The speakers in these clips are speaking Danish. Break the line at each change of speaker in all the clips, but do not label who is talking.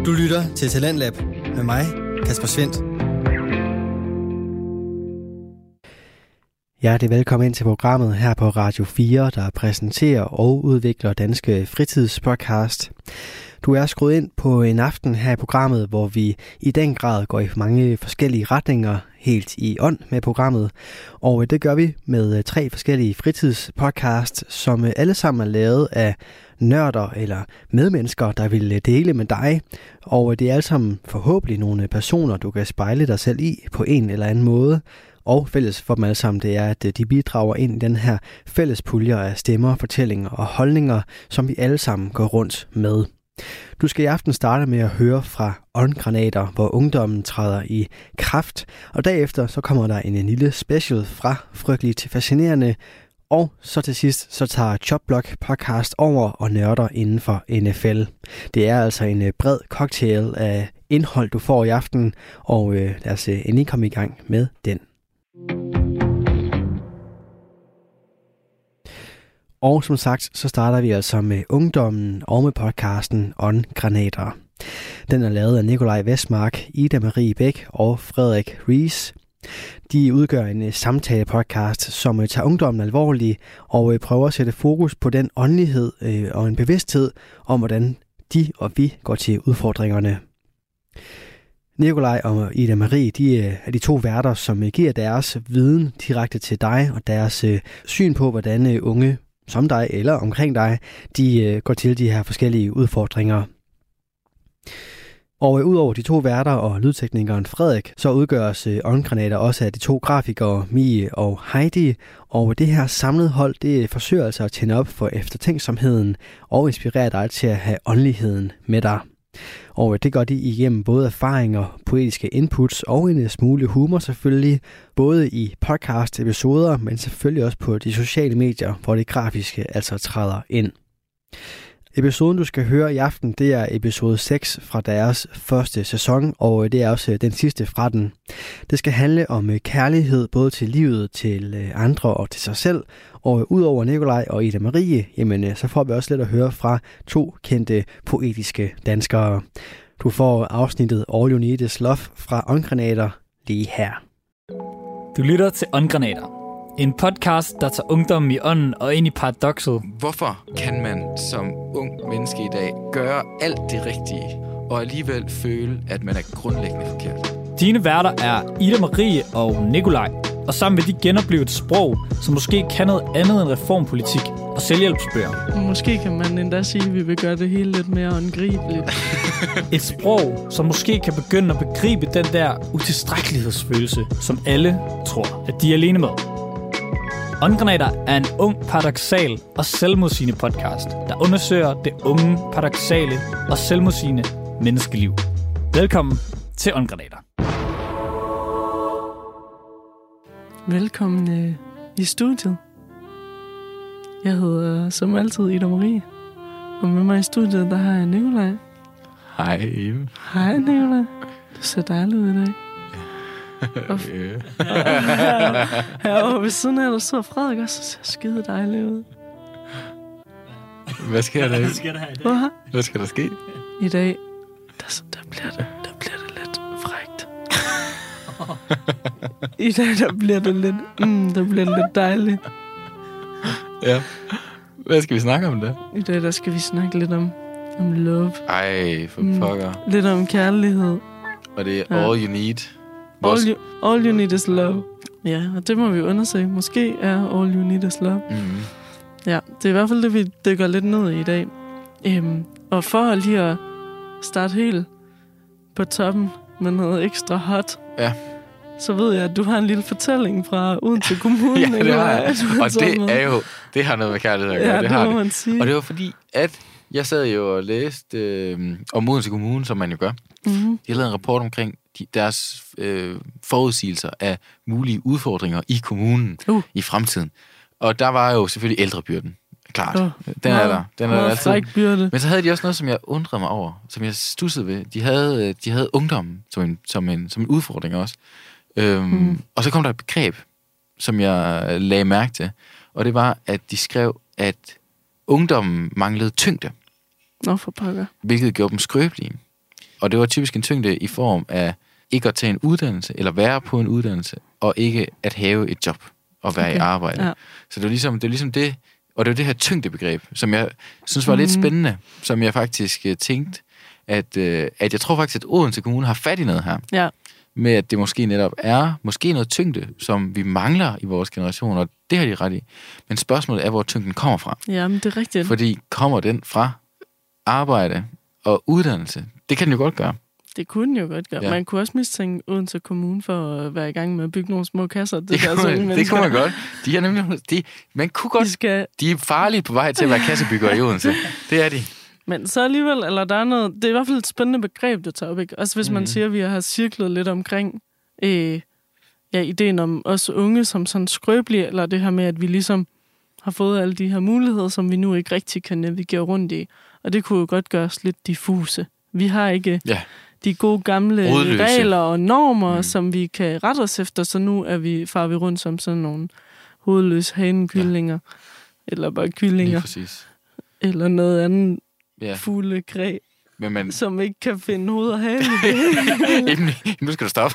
Du lytter til Talentlab med mig, Kasper Svendt.
Hjertelig velkommen ind til programmet her på Radio 4, der præsenterer og udvikler Danske Fritidspodcast. Du er skruet ind på en aften her i programmet, hvor vi i den grad går i mange forskellige retninger, helt i ånd med programmet. Og det gør vi med 3 forskellige fritidspodcasts, som alle sammen er lavet af nørder eller medmennesker, der vil dele med dig. Og det er alle sammen forhåbentlig nogle personer, du kan spejle dig selv i på en eller anden måde. Og fælles for dem alle sammen, det er, at de bidrager ind i den her fælles pulje af stemmer, fortællinger og holdninger, som vi alle sammen går rundt med. Du skal i aften starte med at høre fra Åndgranater, hvor ungdommen træder i kraft. Og derefter så kommer der en lille special fra Frygteligt til Fascinerende. Og så til sidst, så tager Chopblock podcast over og nørder inden for NFL. Det er altså en bred cocktail af indhold, du får i aften. Og lad os endelig komme i gang med den. Og som sagt, så starter vi altså med ungdommen og med podcasten Åndgranater. Den er lavet af Nikolaj Vestmark, Ida Marie Bæk og Frederik Ries. De udgør en samtale-podcast, som tager ungdommen alvorligt og prøver at sætte fokus på den åndelighed og en bevidsthed om, hvordan de og vi går til udfordringerne. Nikolaj og Ida Marie, de er de 2 værter, som giver deres viden direkte til dig og deres syn på, hvordan unge som dig eller omkring dig, de går til de her forskellige udfordringer. Og udover de 2 værter og lydteknikeren Frederik, så udgøres Åndgranater også af de 2 grafikere, Mie og Heidi. Og det her samlede hold, det forsøger altså at tænde op for eftertænksomheden og inspirere dig til at have åndeligheden med dig. Og det gør de igennem både erfaringer, poetiske inputs og en smule humor selvfølgelig, både i podcast-episoder, men selvfølgelig også på de sociale medier, hvor det grafiske altså træder ind. Episoden, du skal høre i aften, det er episode 6 fra deres første sæson, og det er også den sidste fra den. Det skal handle om kærlighed både til livet, til andre og til sig selv. Og udover Nikolaj og Ida Marie, jamen, så får vi også lidt at høre fra 2 kendte poetiske danskere. Du får afsnittet All You Need Is Love fra Åndgranater lige her.
Du lytter til Åndgranater. En podcast, der tager ungdommen i ånden og ind i paradokset.
Hvorfor kan man som ung menneske i dag gøre alt det rigtige, og alligevel føle, at man er grundlæggende forkert?
Dine værter er Ida Marie og Nikolaj, og sammen vil de genopleve et sprog, som måske kan noget andet end reformpolitik og selvhjælpsbøger.
Måske kan man endda sige, at vi vil gøre det hele lidt mere håndgribeligt.
Et sprog, som måske kan begynde at begribe den der utilstrækkelighedsfølelse, som alle tror, at de er alene med. Åndgranater er en ung, paradoksal og selvmodsigende podcast, der undersøger det unge, paradoksale og selvmodsigende menneskeliv. Velkommen til Åndgranater.
Velkommen i studiet. Jeg hedder som altid Ida Marie, og med mig i studiet, der har jeg Nikolaj.
Hej.
Hej Nikolaj. Du ser dejlig ud i dag. Herovre ved siden af, der sidder Frederik også, så ser skide dejlig ud.
Hvad sker der? Hvad skal der ske?
I dag, der bliver det lidt frækt. I dag, der bliver det lidt dejligt.
Ja. Hvad skal vi snakke om da?
I dag, der skal vi snakke lidt om love.
Ej, for pokker.
Lidt om kærlighed.
Og det er all you need.
All you need is love. Ja, og det må vi undersøge. Måske er all you need is love.
Mm-hmm.
Ja, det er i hvert fald det, vi dykker lidt ned i dag. Og for lige at starte helt på toppen med noget ekstra hot,
ja,
så ved jeg, at du har en lille fortælling fra Odense Kommune.
Ja, det har jeg. Og det har noget med kærlighed at gøre.
Ja, det må man sige.
Og det var fordi, at jeg sad jo og læste om Odense Kommune, som man jo gør. Mm-hmm. De har lavet en rapport omkring deres forudsigelser af mulige udfordringer i kommunen i fremtiden. Og der var jo selvfølgelig ældrebyrden. Klart. Den er der. Den er der altid. Men så havde de også noget, som jeg undrede mig over, som jeg stussede ved. De havde ungdommen som en udfordring også. Og så kom der et begreb, som jeg lagde mærke til. Og det var, at de skrev, at ungdommen manglede tyngde.
Nå, for pokker.
Hvilket gjorde dem skrøbelige. Og det var typisk en tyngde i form af ikke at tage en uddannelse, eller være på en uddannelse, og ikke at have et job og være i arbejde. Ja. Så det var ligesom det, og det var det her tyngdebegreb, som jeg synes var lidt spændende, som jeg faktisk tænkte, at jeg tror faktisk, at Odense Kommune har fat i noget her.
Ja.
Med at det måske netop er noget tyngde, som vi mangler i vores generation, og det har de ret i. Men spørgsmålet er, hvor tyngden kommer fra.
Jamen, det er rigtigt.
Fordi kommer den fra arbejde og uddannelse? Det kan den jo godt gøre.
Det kunne den jo godt gøre. Ja. Man kunne også mistænke Odense Kommune for at være i gang med at bygge nogle små kasser.
Det kunne man godt. De er nemlig, man kunne godt. De er farlige på vej til at være kassebyggere i Odense. Det er de.
Men så alligevel, eller der er noget, det er i hvert fald et spændende begreb, du tager op, ikke? Også hvis man siger, at vi har cirklet lidt omkring ideen om os unge som sådan skrøbelige, eller det her med, at vi ligesom har fået alle de her muligheder, som vi nu ikke rigtig kan navigere rundt i. Og det kunne jo godt gøres lidt diffuse. Vi har ikke de gode gamle regler og normer, som vi kan rette os efter, så nu farer vi rundt som sådan nogle hovedløse hanekyllinger, eller bare kyllinger, eller noget andet fuglekræ, som ikke kan finde hoved og hale.
Nu skal du stoppe.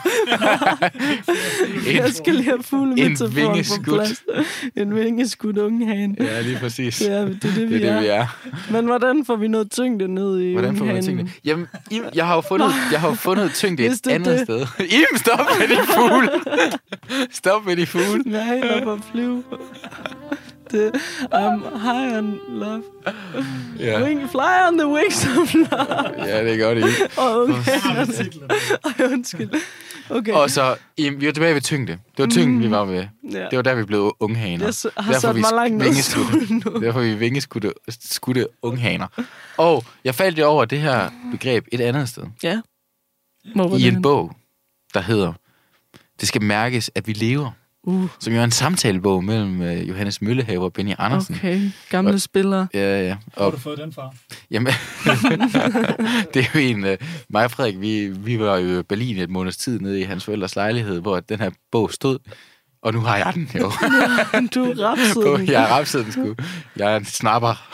Jeg skal lige have fuglemetaforen på plads. En vingeskudt unge hane.
Ja, lige præcis.
Ja, det er det, vi er. Men hvordan får vi noget tyngde ned i ungehanen?
Jamen, jeg har jo fundet tyngde et andet sted. Im, stop med de fugle! Stop med de fugle!
Nej, der var flyve. I'm high on love. Yeah. Fly on the wings of love.
Ja, det er godt, ikke?
Undskyld. Okay.
Og så, vi var tilbage ved tyngde. Det var tyngden, vi var ved. Yeah. Det var der, vi blev unghaner.
Jeg har sat mig langt ned.
Derfor vi vingeskudte unghaner. Og jeg faldt jo over det her begreb et andet sted.
Ja.
I en bog, der hedder Det skal mærkes, at vi lever. Som jo er en samtalebog mellem Johannes Møllehave og Benny Andersen.
Okay, gamle spillere.
Ja.
Hvor har du fået den fra?
Jamen, det er jo en... mig og Frederik, vi var jo i Berlin et måneds tid nede i hans forældres lejlighed, hvor den her bog stod. Og nu har jeg den jo.
Du er rapsiden.
Jeg er rapsiden, sgu. Jeg er en snapper.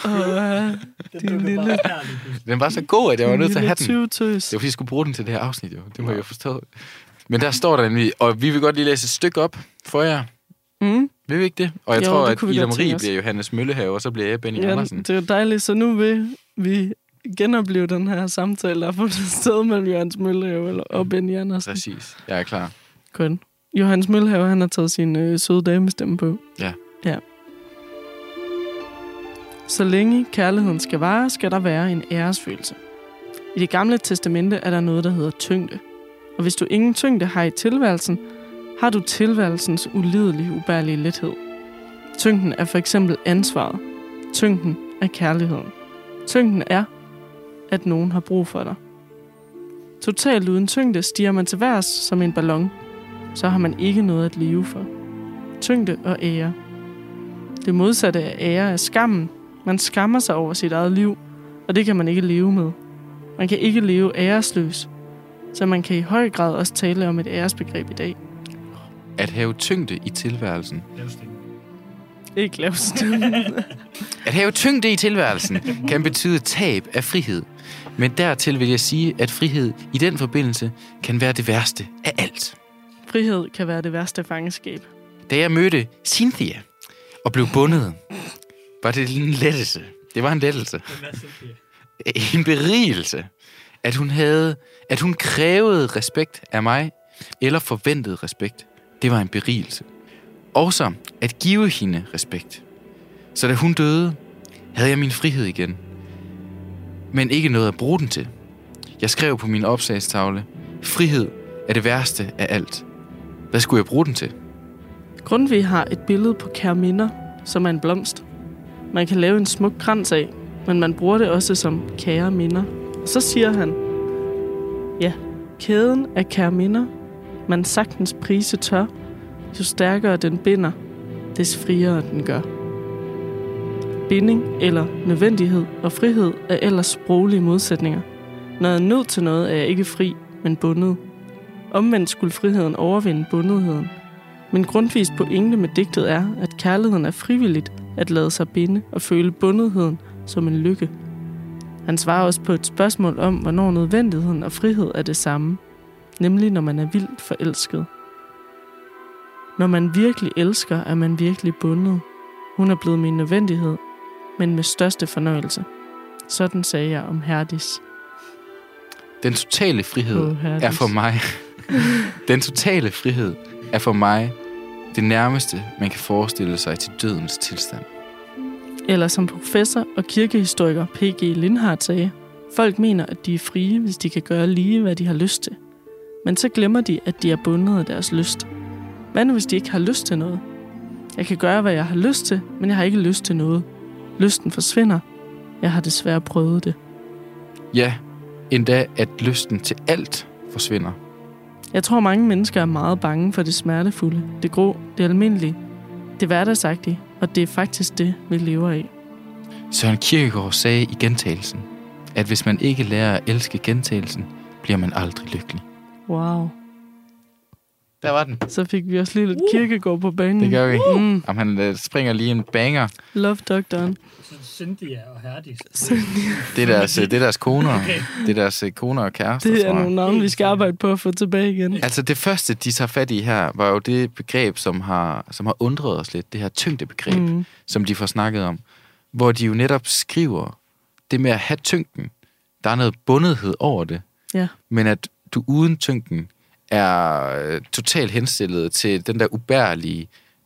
Den var så god, at jeg var nødt til at have den. Det var fordi, jeg skulle bruge den til det her afsnit, jo. Det må jeg jo forstå. Men der står der nemlig, og vi vil godt lige læse et stykke op for jer. Vil vi ikke det? Og jeg tror, at Ida Marie bliver Johannes Møllehave, og så bliver jeg Benny Andersen.
Det er jo dejligt, så nu vil vi genopleve den her samtale, der har fundet sted mellem Johannes Møllehave og Benny Andersen.
Præcis, jeg er klar.
Godt. Johannes Møllehave, han har taget sin søde damestemme på.
Ja.
Så længe kærligheden skal vare, skal der være en æresfølelse. I det gamle testamente er der noget, der hedder tyngde. Og hvis du ingen tyngde har i tilværelsen, har du tilværelsens ulidelige, ubærlige lethed. Tyngden er for eksempel ansvaret. Tyngden er kærligheden. Tyngden er, at nogen har brug for dig. Totalt uden tyngde stiger man til værs som en ballon. Så har man ikke noget at leve for. Tyngde og ære. Det modsatte af ære er skammen. Man skammer sig over sit eget liv, og det kan man ikke leve med. Man kan ikke leve æresløs. Så man kan i høj grad også tale om et æresbegreb i dag.
At have tyngde i tilværelsen.
Ikke lavstemmen.
At have tyngde i tilværelsen kan betyde tab af frihed. Men dertil vil jeg sige, at frihed i den forbindelse kan være det værste af alt.
Frihed kan være det værste fangenskab.
Da jeg mødte Cynthia og blev bundet, var det en lettelse. Det var en lettelse. En berigelse. At hun krævede respekt af mig, eller forventede respekt. Det var en berigelse. Også at give hende respekt. Så da hun døde, havde jeg min frihed igen. Men ikke noget at bruge den til. Jeg skrev på min opslagstavle, frihed er det værste af alt. Hvad skulle jeg bruge den til?
Grundtvig har et billede på kærminder, som er en blomst. Man kan lave en smuk krans af, men man bruger det også som kære minder. Og så siger han, ja, kæden af kære minder, man sagtens prise tør, jo stærkere den binder, des friere den gør. Binding eller nødvendighed og frihed er ellers sproglige modsætninger. Når jeg er nødt til noget, er jeg ikke fri, men bundet. Omvendt skulle friheden overvinde bundetheden. Men Grundtvigs pointe med digtet er, at kærligheden er frivilligt at lade sig binde og føle bundetheden som en lykke. Han svarer også på et spørgsmål om, hvornår nødvendigheden og frihed er det samme. Nemlig når man er vildt forelsket. Når man virkelig elsker, er man virkelig bundet. Hun er blevet min nødvendighed, men med største fornøjelse. Sådan sagde jeg om Herdis.
Den totale frihed er for mig... Den totale frihed er for mig det nærmeste, man kan forestille sig til dødens tilstand.
Eller som professor og kirkehistoriker P.G. Lindhardt sagde, folk mener, at de er frie, hvis de kan gøre lige, hvad de har lyst til. Men så glemmer de, at de er bundet af deres lyst. Hvad nu, hvis de ikke har lyst til noget? Jeg kan gøre, hvad jeg har lyst til, men jeg har ikke lyst til noget. Lysten forsvinder. Jeg har desværre prøvet det.
Ja, endda at lysten til alt forsvinder.
Jeg tror, mange mennesker er meget bange for det smertefulde, det grå, det almindelige, det hverdagsagtige, og det er faktisk det, vi lever af.
Søren Kierkegaard sagde i Gentagelsen, at hvis man ikke lærer at elske gentagelsen, bliver man aldrig lykkelig.
Wow.
Der var den.
Så fik vi også lige lidt Kierkegaard på banen.
Det gør vi. Jamen, han springer lige en banger.
Love doktoren.
Cynthia og Herdis.
Det er deres koner. Okay. Det er deres koner og kærester.
Det er nogle navne, vi skal arbejde på at få tilbage igen.
Altså det første, de tager fat i her, var jo det begreb, som har undret os lidt. Det her tyngdebegreb, som de får snakket om. Hvor de jo netop skriver det med at have tyngden. Der er noget bundethed over det.
Ja.
Men at du uden tyngden er totalt henstillet til den der ubærlige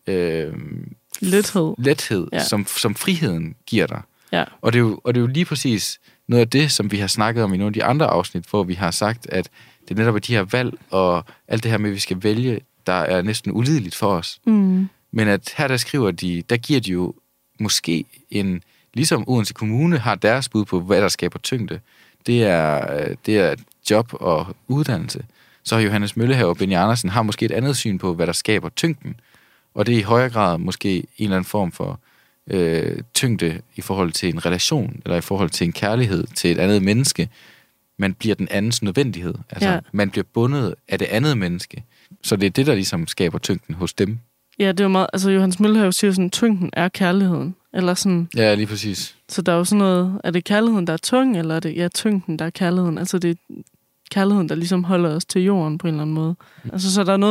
lethed ja. som friheden giver dig.
Ja.
Og det er jo lige præcis noget af det, som vi har snakket om i nogle af de andre afsnit, hvor vi har sagt, at det netop er de her valg og alt det her med, at vi skal vælge, der er næsten ulideligt for os. Men at her der giver de jo måske ligesom Odense Kommune har deres bud på, hvad der skaber tyngde. Det er job og uddannelse. Så har Johannes Møllehave og Benny Andersen har måske et andet syn på, hvad der skaber tyngden. Og det er i højere grad måske en eller anden form for tyngde i forhold til en relation, eller i forhold til en kærlighed til et andet menneske. Man bliver den andens nødvendighed. Altså, man bliver bundet af det andet menneske. Så det er det, der ligesom skaber tyngden hos dem.
Ja, det er jo meget... Altså, Johannes Møllehave siger sådan, tyngden er kærligheden. Eller sådan...
Ja, lige præcis.
Så der er jo sådan noget... Er det kærligheden, der er tung, eller er det tyngden, der er kærligheden? Altså, det er kærligheden, der ligesom holder os til jorden på en eller anden måde. Altså, så der er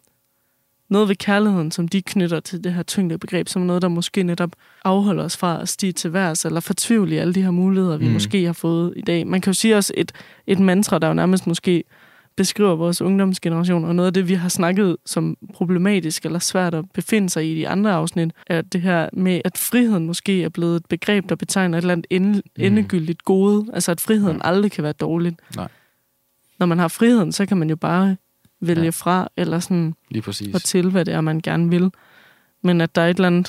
noget ved kærligheden, som de knytter til det her tyngdebegreb, som noget, der måske netop afholder os fra at stige til værs, eller fortvivle i alle de her muligheder, vi måske har fået i dag. Man kan jo sige også et mantra, der jo nærmest måske beskriver vores ungdomsgeneration, og noget af det, vi har snakket som problematisk eller svært at befinde sig i de andre afsnit, er det her med, at friheden måske er blevet et begreb, der betegner et eller andet endegyldigt gode. Altså, at friheden aldrig kan være dårligt.
Nej.
Når man har friheden, så kan man jo bare vælge fra, eller sådan,
lige præcis.
Og til, hvad det er, man gerne vil. Men at der er et eller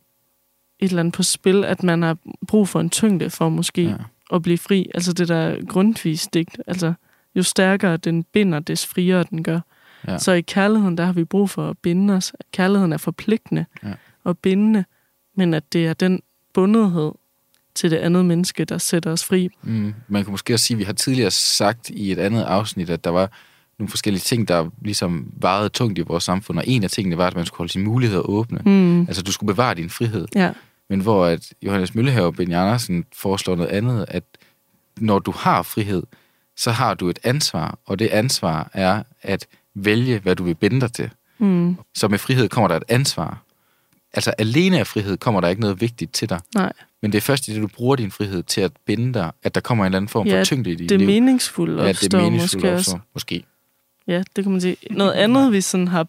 andet på spil, at man har brug for en tyngde for måske at blive fri. Altså det der Grundtvigs digt. Altså, jo stærkere den binder, des friere den gør. Ja. Så i kærligheden, der har vi brug for at binde os. Kærligheden er forpligtende og bindende, men at det er den bundethed til det andet menneske, der sætter os fri.
Man kan måske også sige, at vi har tidligere sagt i et andet afsnit, at der var nogle forskellige ting, der ligesom vejede tungt i vores samfund, og en af tingene var, at man skulle holde sine muligheder åbne. Altså, du skulle bevare din frihed.
Ja.
Men hvor at Johannes Møllehave og Benny Andersen foreslår noget andet, at når du har frihed, så har du et ansvar, og det ansvar er at vælge, hvad du vil binde dig til. Så med frihed kommer der et ansvar. Altså, alene af frihed kommer der ikke noget vigtigt til dig.
Nej.
Men det er først i det, du bruger din frihed til at binde dig, at der kommer en eller anden form for tyngde i dit liv.
Det er meningsfuldt opstår,
det er meningsfuldt opstår, måske.
Ja, det kan man sige. Noget andet, vi sådan har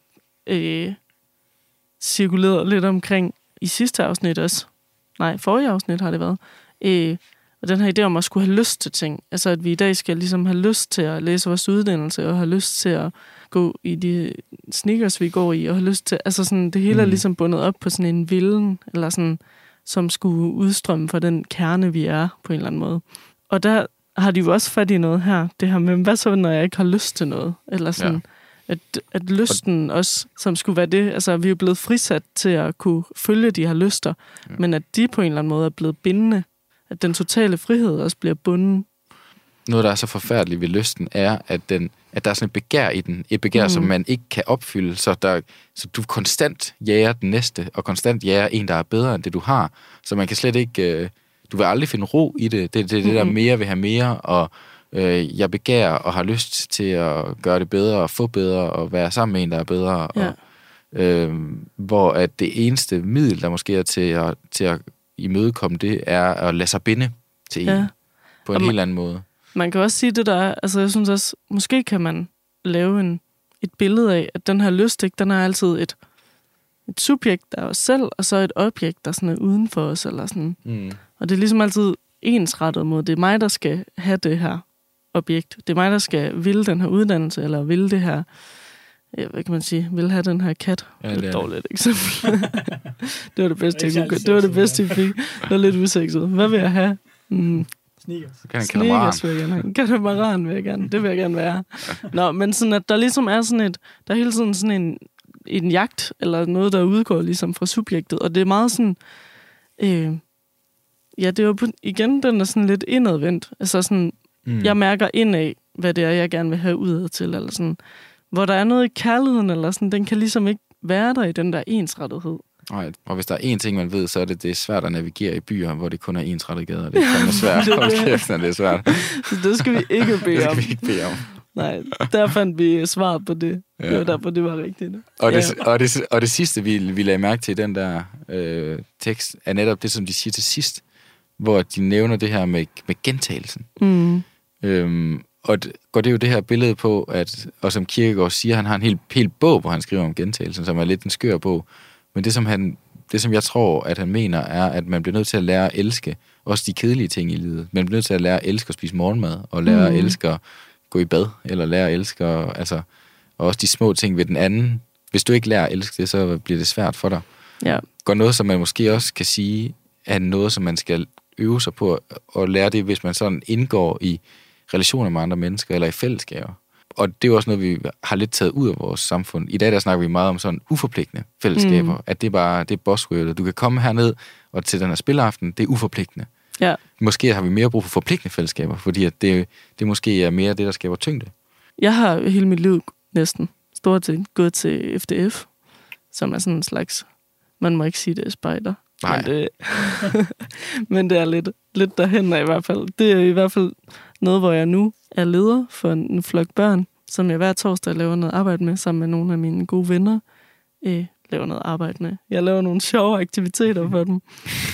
cirkuleret lidt omkring i sidste afsnit også. Nej, forrige afsnit har det været. Og den her idé om at skulle have lyst til ting. Altså, at vi i dag skal ligesom have lyst til at læse vores uddannelse, og have lyst til at gå i de sneakers, vi går i, og have lyst til... Altså, sådan, det hele er ligesom bundet op på sådan en vilden, eller sådan, som skulle udstrømme fra den kerne, vi er, på en eller anden måde. Og der har de jo også fat i noget her. Det her med, hvad så, når jeg ikke har lyst til noget? Eller sådan, at lysten også, som skulle være det... Altså, vi er jo blevet frisat til at kunne følge de her lyster, men at de på en eller anden måde er blevet bindende. At den totale frihed også bliver bunden.
Noget, der er så forfærdeligt ved lysten, er, at der er sådan et begær i den. Et begær, som man ikke kan opfylde, så du konstant jager den næste, og konstant jager en, der er bedre end det, du har. Så man kan slet ikke du vil aldrig finde ro i det. Det er det der mere vil have mere, og jeg begærer og har lyst til at gøre det bedre, og få bedre, og være sammen med en, der er bedre.
Ja.
Og, hvor at det eneste middel, der måske er til at imødekomme det, er at lade sig binde til en på en helt anden måde.
Man kan også sige det der, altså jeg synes også, måske kan man lave et billede af, at den her lyst, ikke, den er altid et subjekt, der er os selv, og så et objekt, der sådan er uden for os, eller sådan. Og det er ligesom altid ensrettet mod, det er mig, der skal have det her objekt. Det er mig, der skal ville den her uddannelse, eller ville det her, hvad kan man sige, ville have den her kat. Ja, det er et dårligt eksempel. Det var det bedste, jeg kunne gøre. Det var det bedste, jeg fik. Det var lidt usekset. Hvad vil jeg have?
Sneakers
vil jeg gerne have. Katamaran vil jeg gerne. Det vil jeg gerne være. Nå, men sådan, at der ligesom er sådan der er hele tiden sådan en jagt, eller noget, der udgår ligesom fra subjektet. Og det er meget sådan, det er jo igen, den er sådan lidt indadvendt. Altså sådan, jeg mærker indad, hvad det er, jeg gerne vil have udad til, eller sådan. Hvor der er noget i kærligheden, eller sådan, den kan ligesom ikke være der i den der ensrettethed.
Nej, og hvis der er én ting, man ved, så er det er svært at navigere i byer, hvor det kun er ensrettet gader. Det er fandme svært. Det er svært.
Så det skal vi ikke bede om.
Det skal vi ikke bede om.
Nej, der fandt vi svaret på det. Ja. Det var derfor, det var rigtigt.
Og det sidste, vi lagde mærke til i den der tekst, er netop det, som de siger til sidst, hvor de nævner det her med gentagelsen. Og går det jo det her billede på, at, og som Kierkegaard siger, han har en hel bog, hvor han skriver om gentagelsen, som er lidt en skør bog. Men det, som jeg tror, at han mener, er, at man bliver nødt til at lære at elske også de kedelige ting i livet. Man bliver nødt til at lære at elske at spise morgenmad, og lære at elske at gå i bad, eller lære at elske og også de små ting ved den anden. Hvis du ikke lærer at elske det, så bliver det svært for dig.
Ja.
Går noget, som man måske også kan sige, er noget, som man skal øve sig på at lære det, hvis man sådan indgår i relationer med andre mennesker, eller i fællesskaber. Og det er jo også noget, vi har lidt taget ud af vores samfund. I dag der snakker vi meget om sådan uforpligtende fællesskaber. At det er buzzwordet. Du kan komme herned og til den her spilaften, det er uforpligtende.
Ja.
Måske har vi mere brug for forpligtende fællesskaber, fordi at det måske er mere det, der skaber tyngde.
Jeg har hele mit liv næsten stort set gået til FDF, som er sådan en slags, man må ikke sige det er spejder.
Nej.
Men det er lidt derhen af i hvert fald. Det er i hvert fald noget, hvor jeg nu er leder for en flok børn, som jeg hver torsdag laver noget arbejde med, sammen med nogle af mine gode venner. Laver noget arbejde med. Jeg laver nogle sjove aktiviteter for dem.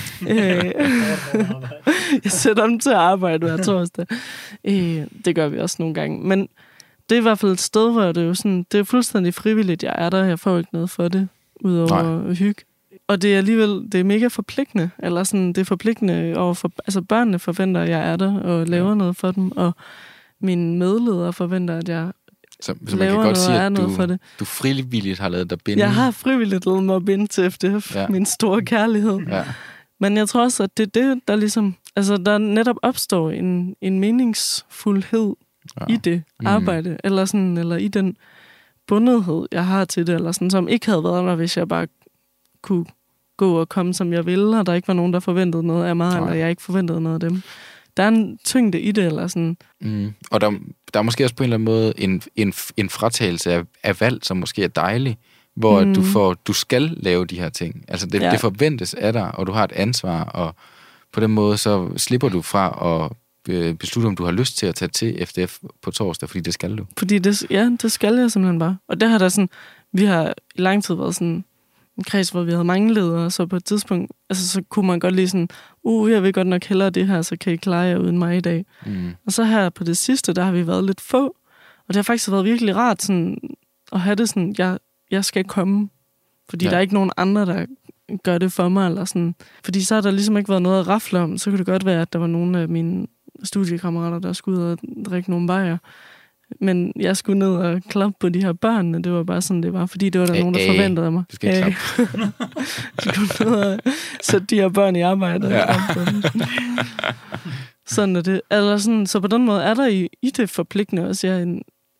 Jeg sætter dem til at arbejde hver torsdag. Det gør vi også nogle gange. Men det er i hvert fald et sted, hvor det er jo sådan, det er fuldstændig frivilligt, jeg er der. Jeg får ikke noget for det, udover hygge. Og det er alligevel, det er mega forpligtende, eller sådan, det er forpligtende overfor, altså børnene forventer, at jeg er der og laver noget for dem, og mine medledere forventer, at jeg
så man kan godt sige, at du frivilligt har lavet dig binde.
Jeg har frivilligt lavet mig binde til FDF, min store kærlighed. Ja. Men jeg tror også, at det er det, der ligesom, altså der netop opstår en meningsfuldhed i det arbejde, eller sådan, eller i den bundethed, jeg har til det, eller sådan, som ikke havde været der, hvis jeg bare kunne gå og komme, som jeg ville, og der ikke var nogen, der forventede noget af mig, eller jeg ikke forventede noget af dem. Der er en tyngde i det, eller sådan.
Og der er måske også på en eller anden måde en fratagelse af valg, som måske er dejlig, hvor du skal lave de her ting. Altså det forventes af dig, og du har et ansvar, og på den måde så slipper du fra at beslutte, om du har lyst til at tage til FDF på torsdag, fordi det skal du.
Fordi det skal jeg simpelthen bare. Og det har der sådan, vi har i lang tid været sådan en kreds, hvor vi havde mange ledere, så på et tidspunkt, altså så kunne man godt lige sådan, jeg vil godt nok hellere det her, så kan I klare jer uden mig i dag. Og så her på det sidste, der har vi været lidt få, og det har faktisk været virkelig rart sådan, at have det sådan, jeg skal komme, fordi der er ikke nogen andre, der gør det for mig, eller sådan. Fordi så har der ligesom ikke været noget at rafle om, så kunne det godt være, at der var nogle af mine studiekammerater, der skulle ud og drikke nogle bajer. Men jeg skulle ned og klappe på de her børn, og det var bare sådan, det var, fordi det var der nogen, der forventede mig.
Du skal ikke klappe.
Jeg skulle ned og sætte de her børn i arbejde. Ja. Sådan er det. Eller sådan, så på den måde er der i det forpligtende også,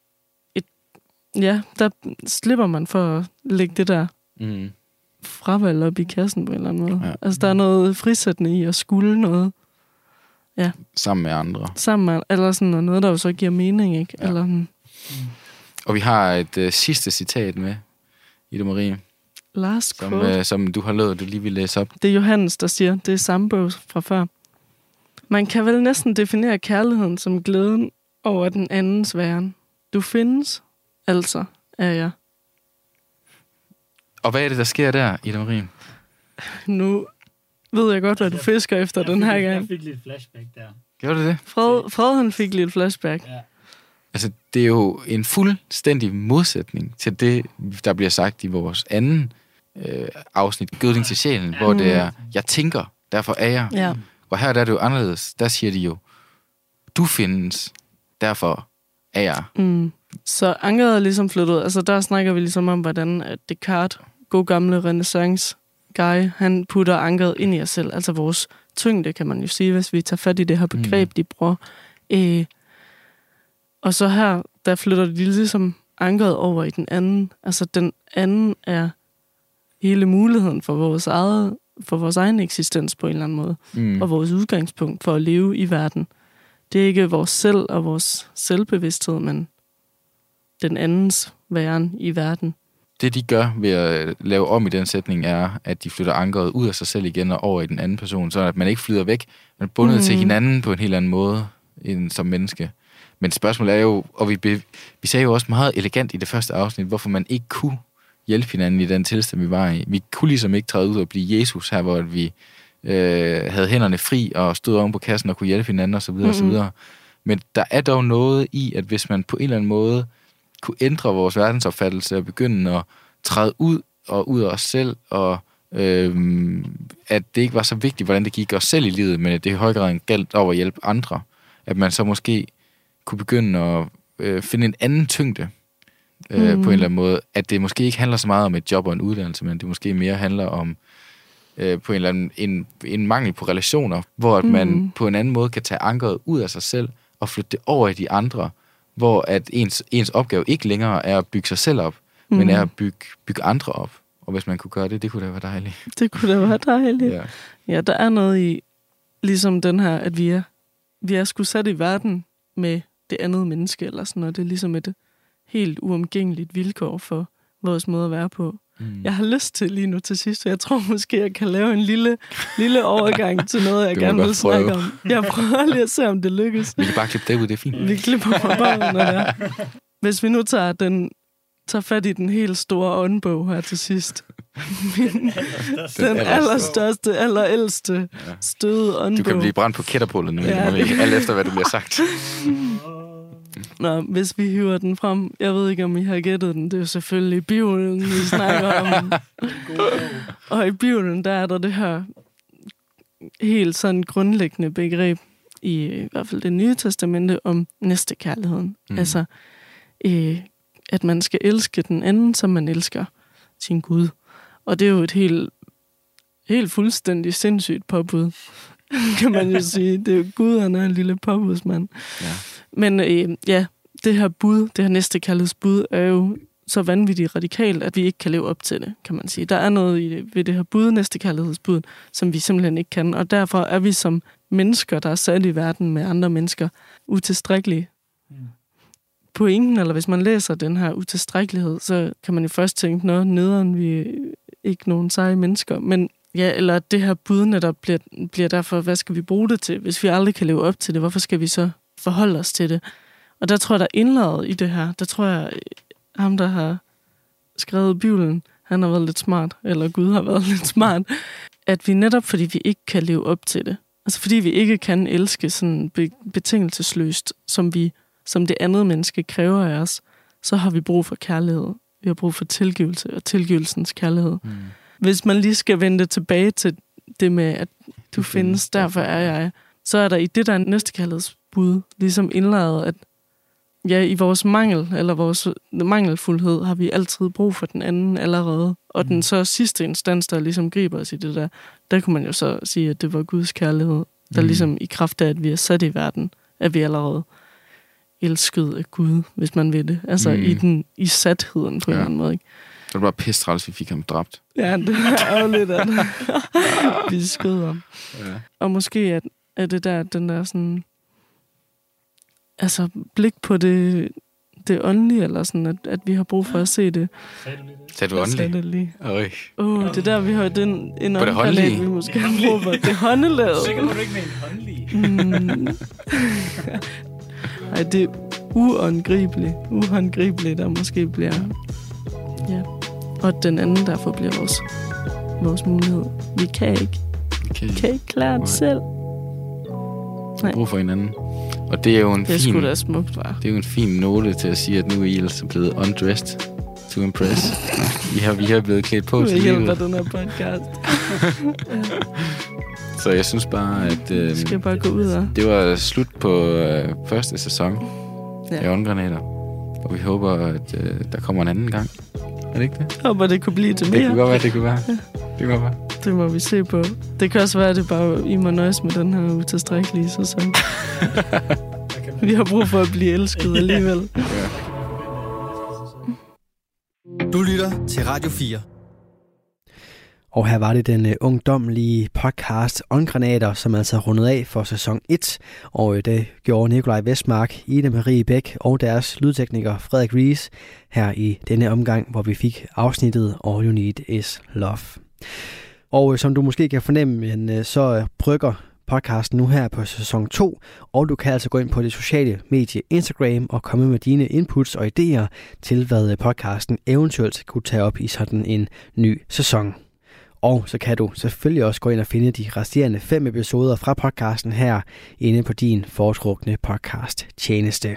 der slipper man for at lægge det der fravalg op i kassen på en eller anden måde. Ja. Altså, der er noget frisættende i at skulle noget. Ja.
Sammen med andre.
Eller sådan noget, der jo så giver mening, ikke? Ja. Eller,
Og vi har et sidste citat med, Ida Marie.
Last quote.
Som du har lovet, du lige vil læse op.
Det er Johannes, der siger, det er samme bog fra før. Man kan vel næsten definere kærligheden som glæden over den andens væren. Du findes, altså er jeg.
Og hvad er det, der sker der, Ida Marie?
Nu ved jeg godt, hvad du fisker efter den her gang.
Jeg fik lidt flashback der.
Gjorde du det?
Fred han fik lidt flashback.
Ja.
Altså, det er jo en fuldstændig modsætning til det, der bliver sagt i vores anden afsnit, Gødning til sjælen, hvor det er, jeg tænker, derfor er jeg.
Ja.
Og her der er det jo anderledes. Der siger de jo, du findes, derfor er jeg.
Mm. Så ankeret er ligesom flyttet. Altså der snakker vi ligesom om, hvordan at Descartes, god gamle renaissance guy, han putter ankeret ind i os selv. Altså vores tyngde, kan man jo sige, hvis vi tager fat i det her begreb, de bruger. Og så her, der flytter de ligesom ankeret over i den anden. Altså den anden er hele muligheden for vores egen eksistens på en eller anden måde. Og vores udgangspunkt for at leve i verden. Det er ikke vores selv og vores selvbevidsthed, men den andens væren i verden.
Det, de gør ved at lave om i den sætning, er, at de flytter ankeret ud af sig selv igen og over i den anden person, så at man ikke flyder væk, man er bundet til hinanden på en helt anden måde end som menneske. Men spørgsmålet er jo, og vi sagde jo også meget elegant i det første afsnit, hvorfor man ikke kunne hjælpe hinanden i den tilstand, vi var i. Vi kunne ligesom ikke træde ud og blive Jesus her, hvor vi havde hænderne fri og stod oven på kassen og kunne hjælpe hinanden osv. osv. Men der er dog noget i, at hvis man på en eller anden måde kunne ændre vores verdensopfattelse og begynde at træde ud af os selv, og at det ikke var så vigtigt, hvordan det gik os selv i livet, men at det i høj grad galt over at hjælpe andre, at man så måske kunne begynde at finde en anden tyngde på en eller anden måde, at det måske ikke handler så meget om et job og en uddannelse, men det måske mere handler om på en eller anden en mangel på relationer, hvor at man på en anden måde kan tage ankeret ud af sig selv og flytte det over i de andre, hvor at ens opgave ikke længere er at bygge sig selv op, men er at bygge andre op. Og hvis man kunne gøre det, det kunne da være dejligt.
Det kunne da være dejligt. Ja, der er noget i, ligesom den her, at vi er sgu sat i verden med det andet menneske, eller sådan noget. Det er ligesom et helt uomgængeligt vilkår for vores måde at være på. Jeg har lyst til lige nu til sidst, jeg tror måske, jeg kan lave en lille overgang til noget, jeg gerne vil snakke om. Jeg prøver lige at se, om det lykkes.
Vi kan bare klippe det ud, det er fint.
Vi klipper på bagen, når det er. Hvis vi nu tager fat i den helt store åndbog her til sidst. Den allerstørste, allerældste støde åndbog.
Du kan blive brændt på kætterpullet nu, alt efter, hvad du bliver sagt.
Nå, hvis vi hiver den frem, jeg ved ikke, om I har gættet den, det er jo selvfølgelig Bibelen, vi snakker om. Og i Bibelen, der er der det her helt sådan grundlæggende begreb, i hvert fald det nye testamente, om næstekærligheden. Altså, at man skal elske den anden, som man elsker sin Gud. Og det er jo et helt fuldstændig sindssygt påbud, kan man jo sige. Det er jo Gud, han er en lille påbudsmand. Ja. Men det her bud, det her næstekærlighedsbud, er jo så vanvittigt radikalt, at vi ikke kan leve op til det, kan man sige. Der er noget ved det her bud, næstekærlighedsbud, som vi simpelthen ikke kan. Og derfor er vi som mennesker, der er sat i verden med andre mennesker, utilstrækkelige. Pointen, eller hvis man læser den her utilstrækkelighed, så kan man jo først tænke, noget nederen, vi er ikke nogen seje mennesker. Men ja, eller det her bud netop bliver derfor, hvad skal vi bruge det til? Hvis vi aldrig kan leve op til det, hvorfor skal vi så forholde os til det? Og der tror jeg, der er indlaget i det her. Der tror jeg, ham der har skrevet Bibelen, han har været lidt smart, eller Gud har været lidt smart, at vi netop, fordi vi ikke kan leve op til det, altså fordi vi ikke kan elske sådan betingelsesløst, som det andet menneske kræver af os, så har vi brug for kærlighed. Vi har brug for tilgivelse og tilgivelsens kærlighed. Hvis man lige skal vende tilbage til det med, at du findes, derfor er jeg, så er der i det der næstekærlighedsbud ligesom indlejret, at ja, i vores mangel, eller vores mangelfuldhed, har vi altid brug for den anden allerede. Og den så sidste instans, der ligesom griber os i det der kunne man jo så sige, at det var Guds kærlighed, der ligesom i kraft af, at vi er sat i verden, at vi allerede elsket af Gud, hvis man vil det. Altså i satheden på en eller anden måde, ikke?
Så det var pisse træls, vi fik ham dræbt.
Ja, det er jo lidt, at vi skød ham. Ja. Og måske er det der, den der sådan, altså blik på det åndelige, eller sådan, at vi har brug for at se det.
Sagde du åndelige?
Det er der, vi har en åndelige, vi måske har brug for. Det håndelavet.
Sikkert du ikke med en håndelig.
Ej, det er uhåndgribeligt, der måske bliver... Ja. Og den anden derfor bliver vores mulighed. Vi kan ikke klare det selv.
Nej. Brug for hinanden. Og det er jo en
det er sgu da smukt, var.
Det er jo en fin note til at sige, at nu er I altså blevet undressed to impress. Vi har blevet klædt på til livet.
Det den her podcast.
Så jeg synes bare, at...
skal bare gå ud og...
Det var slut på første sæson af Åndgranater. Og vi håber, at der kommer en anden gang. Er det ikke det?
Jeg håber, det kunne blive til mere.
Det kunne godt være, det kunne være. Ja. Det kunne godt være.
Det må vi se på. Det kan også være, at det bare I må nøjes med den her utilstrækkelige sæson. Vi har brug for at blive elsket alligevel.
Ja.
Du lytter til Radio 4.
Og her var det den ungdomlige podcast Åndgranater, som altså rundet af for sæson 1. Og det gjorde Nikolaj Vestmark, Ida Marie Bæk og deres lydtekniker Frederik Ries her i denne omgang, hvor vi fik afsnittet All You Need Is Love. Og som du måske kan fornemme, så brygger podcasten nu her på sæson 2, og du kan altså gå ind på det sociale medie Instagram og komme med dine inputs og idéer til, hvad podcasten eventuelt kunne tage op i sådan en ny sæson. Og så kan du selvfølgelig også gå ind og finde de resterende 5 episoder fra podcasten her inde på din foretrukne podcast tjeneste.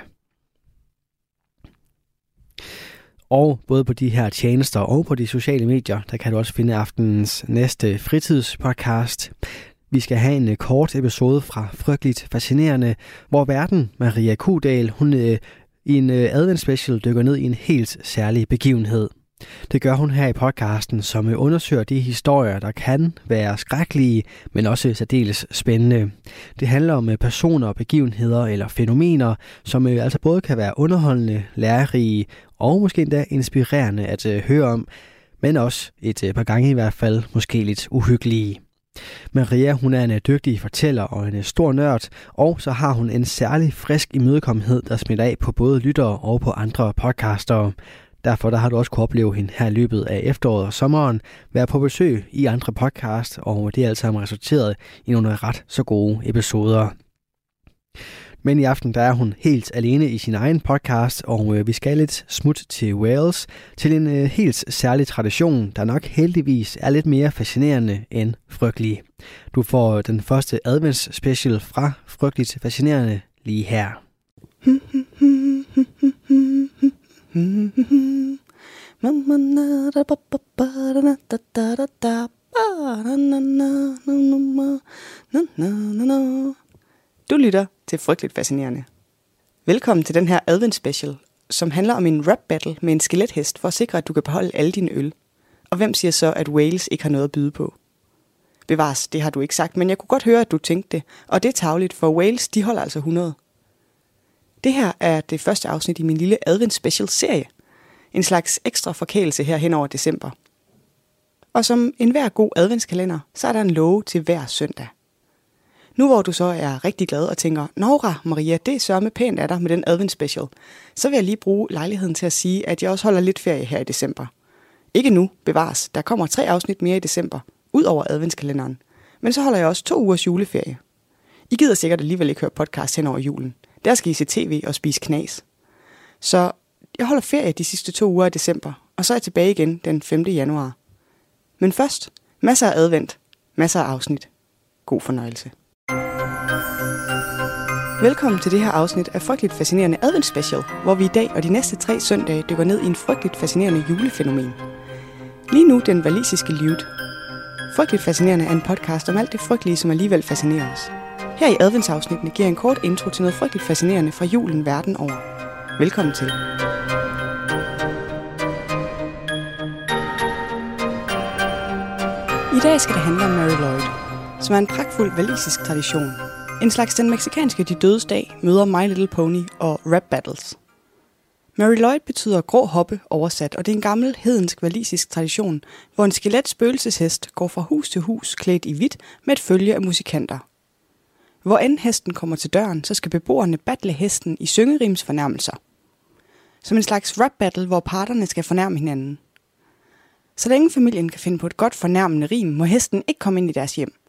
Og både på de her tjenester og på de sociale medier, der kan du også finde aftenens næste fritidspodcast. Vi skal have en kort episode fra Frygteligt Fascinerende, hvor verden Maria Kudal, hun i en adventsspecial dykker ned i en helt særlig begivenhed. Det gør hun her i podcasten, som undersøger de historier, der kan være skrækkelige, men også særdeles spændende. Det handler om personer, begivenheder eller fænomener, som altså både kan være underholdende, lærerige og måske endda inspirerende at høre om, men også et par gange i hvert fald måske lidt uhyggelige. Maria, hun er en dygtig fortæller og en stor nørd, og så har hun en særlig frisk imødekommenhed, der smitter af på både lyttere og på andre podcastere. Derfor der har du også kunne opleve hende her i løbet af efteråret og sommeren, være på besøg i andre podcasts, og det er altså resulteret i nogle ret så gode episoder. Men i aften der er hun helt alene i sin egen podcast, og vi skal lidt smut til Wales, til en helt særlig tradition, der nok heldigvis er lidt mere fascinerende end frygtelig. Du får den første adventsspecial fra Frygteligt Fascinerende lige her.
Du lytter til Frygteligt Fascinerende. Velkommen til den her adventsspecial, som handler om en rap battle med en skelethest for at sikre, at du kan beholde alle dine øl. Og hvem siger så, at Wales ikke har noget at byde på? Bevares, det har du ikke sagt, men jeg kunne godt høre, at du tænkte det, og det er tarveligt, for Wales, de holder altså 100. Det her er det første afsnit i min lille adventsspecial-serie. En slags ekstra forkælelse her hen over december. Og som enhver god adventskalender, så er der en låge til hver søndag. Nu hvor du så er rigtig glad og tænker, Nora, Maria, det er sørme pænt af dig med den adventsspecial, så vil jeg lige bruge lejligheden til at sige, at jeg også holder lidt ferie her i december. Ikke nu, bevares. Der kommer 3 afsnit mere i december, ud over adventskalenderen. Men så holder jeg også 2 ugers juleferie. I gider sikkert alligevel ikke høre podcast hen over julen. Der skal I se tv og spise knas. Så jeg holder ferie de sidste 2 uger i december, og så er jeg tilbage igen den 5. januar. Men først, masser af advent, masser af afsnit. God fornøjelse. Velkommen til det her afsnit af Frygteligt Fascinerende Adventsspecial, hvor vi i dag og de næste 3 søndage dykker ned i en frygteligt fascinerende julefænomen. Lige nu den walisiske livet. Frygteligt Fascinerende er en podcast om alt det frygtelige, som alligevel fascinerer os. Her i adventsafsnittene giver jeg en kort intro til noget frygteligt fascinerende fra julen verden over. Velkommen til. I dag skal det handle om Mary Lloyd, som er en pragtfuld walisisk tradition. En slags den mexikanske De Dødes Dag møder My Little Pony og rap battles. Mary Lloyd betyder grå hoppe oversat, og det er en gammel hedensk walisisk tradition, hvor en skelet spøgelseshest går fra hus til hus klædt i hvidt med et følge af musikanter. Hvor end hesten kommer til døren, så skal beboerne battle hesten i syngerimsfornærmelser. Som en slags rap battle, hvor parterne skal fornærme hinanden. Så længe familien kan finde på et godt fornærmende rim, må hesten ikke komme ind i deres hjem.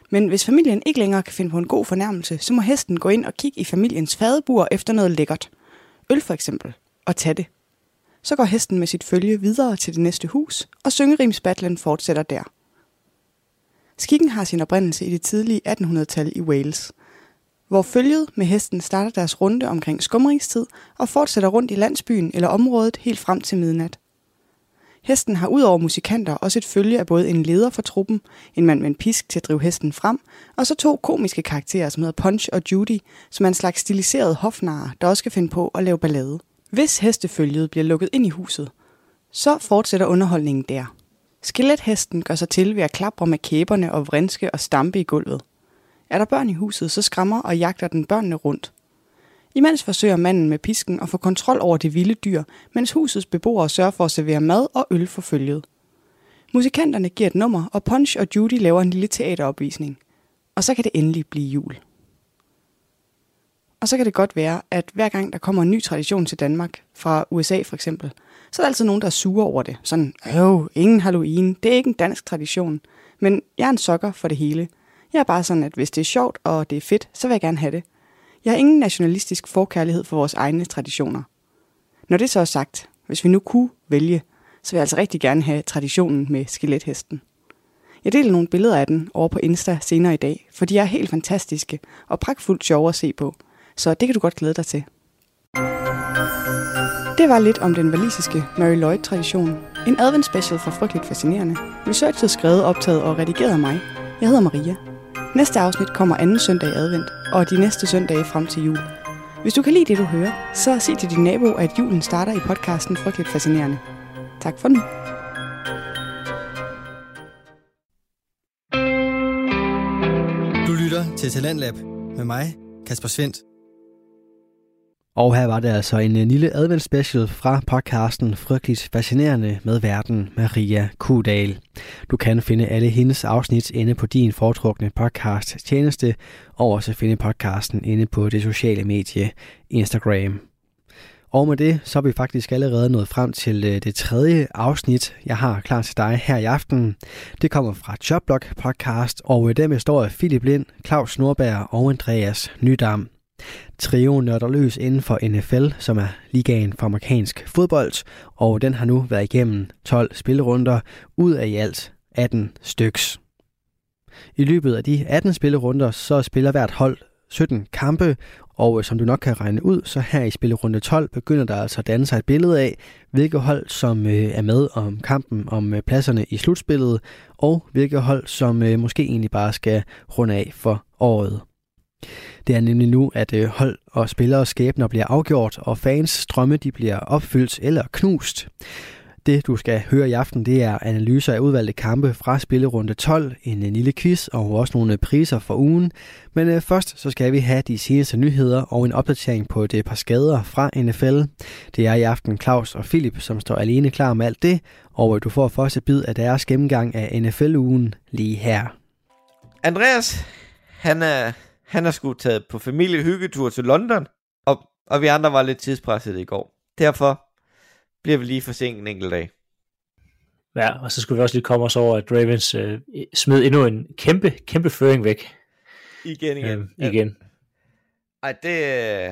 Men hvis familien ikke længere kan finde på en god fornærmelse, så må hesten gå ind og kigge i familiens fadebur efter noget lækkert. Øl for eksempel, og tage det. Så går hesten med sit følge videre til det næste hus, og syngerimsbattlen fortsætter der. Skikken har sin oprindelse i det tidlige 1800-tal i Wales, hvor følget med hesten starter deres runde omkring skumringstid og fortsætter rundt i landsbyen eller området helt frem til midnat. Hesten har udover musikanter også et følge af både en leder for truppen, en mand med en pisk til at drive hesten frem, og så 2 komiske karakterer, som hedder Punch og Judy, som er en slags stiliseret hofnarer, der også skal finde på at lave ballade. Hvis hestefølget bliver lukket ind i huset, så fortsætter underholdningen der. Skelethesten gør sig til ved at klapre med kæberne og vrinske og stampe i gulvet. Er der børn i huset, så skræmmer og jagter den børnene rundt. Imens forsøger manden med pisken at få kontrol over det vilde dyr, mens husets beboere sørger for at servere mad og øl for følget. Musikanterne giver et nummer, og Punch og Judy laver en lille teateropvisning. Og så kan det endelig blive jul. Og så kan det godt være, at hver gang der kommer en ny tradition til Danmark, fra USA for eksempel, så er der altid nogen, der er sure over det. Sådan, ingen Halloween, det er ikke en dansk tradition. Men jeg er en sokker for det hele. Jeg er bare sådan, at hvis det er sjovt og det er fedt, så vil jeg gerne have det. Jeg har ingen nationalistisk forkærlighed for vores egne traditioner. Når det så er sagt, hvis vi nu kunne vælge, så vil jeg altså rigtig gerne have traditionen med skelethesten. Jeg deler nogle billeder af den over på Insta senere i dag, for de er helt fantastiske og pragtfuldt sjove at se på. Så det kan du godt glæde dig til. Det var lidt om den walisiske Mary Lloyd-tradition. En adventsspecial for Frygteligt Fascinerende. Researchet, skrevet, optaget og redigeret af mig. Jeg hedder Maria. Næste afsnit kommer anden søndag i advent, og de næste søndage frem til jul. Hvis du kan lide det, du hører, så sig til din nabo, at julen starter i podcasten Frygteligt Fascinerende. Tak for nu.
Du lytter til Talentlab med mig, Kasper Svendt.
Og her var det altså en lille adventsspecial fra podcasten Frygteligt Fascinerende med værten Maria Kudal. Du kan finde alle hendes afsnit inde på din foretrukne podcast tjeneste, og også finde podcasten inde på det sociale medie Instagram. Og med det, så er vi faktisk allerede nået frem til det 3. afsnit, jeg har klar til dig her i aften. Det kommer fra Joblog podcast, og den består af Philip Lind, Claus Nordberg og Andreas Nydam. Trioen nørder løs inden for NFL, som er ligaen for amerikansk fodbold, og den har nu været igennem 12 spillerunder ud af i alt 18 styks. I løbet af de 18 spillerunder, så spiller hvert hold 17 kampe, og som du nok kan regne ud, så her i spillerunde 12 begynder der altså at danne sig et billede af, hvilke hold som er med om kampen om pladserne i slutspillet, og hvilke hold som måske egentlig bare skal runde af for året. Det er nemlig nu, at hold og spillere skæbner bliver afgjort, og fans drømme de bliver opfyldt eller knust. Det, du skal høre i aften, det er analyser af udvalgte kampe fra spillerunde 12, en lille quiz og også nogle priser for ugen. Men først så skal vi have de seneste nyheder og en opdatering på et par skader fra NFL. Det er i aften Claus og Philip, som står alene klar med alt det, og du får første bid af deres gennemgang af NFL-ugen lige her.
Andreas, han er sgu taget på familiehyggetur til London, og vi andre var lidt tidspresset i går. Derfor bliver vi lige forsinket en enkelt dag.
Ja, og så skulle vi også lige komme os over, at Ravens smed endnu en kæmpe føring væk. Igen.
Ej, det...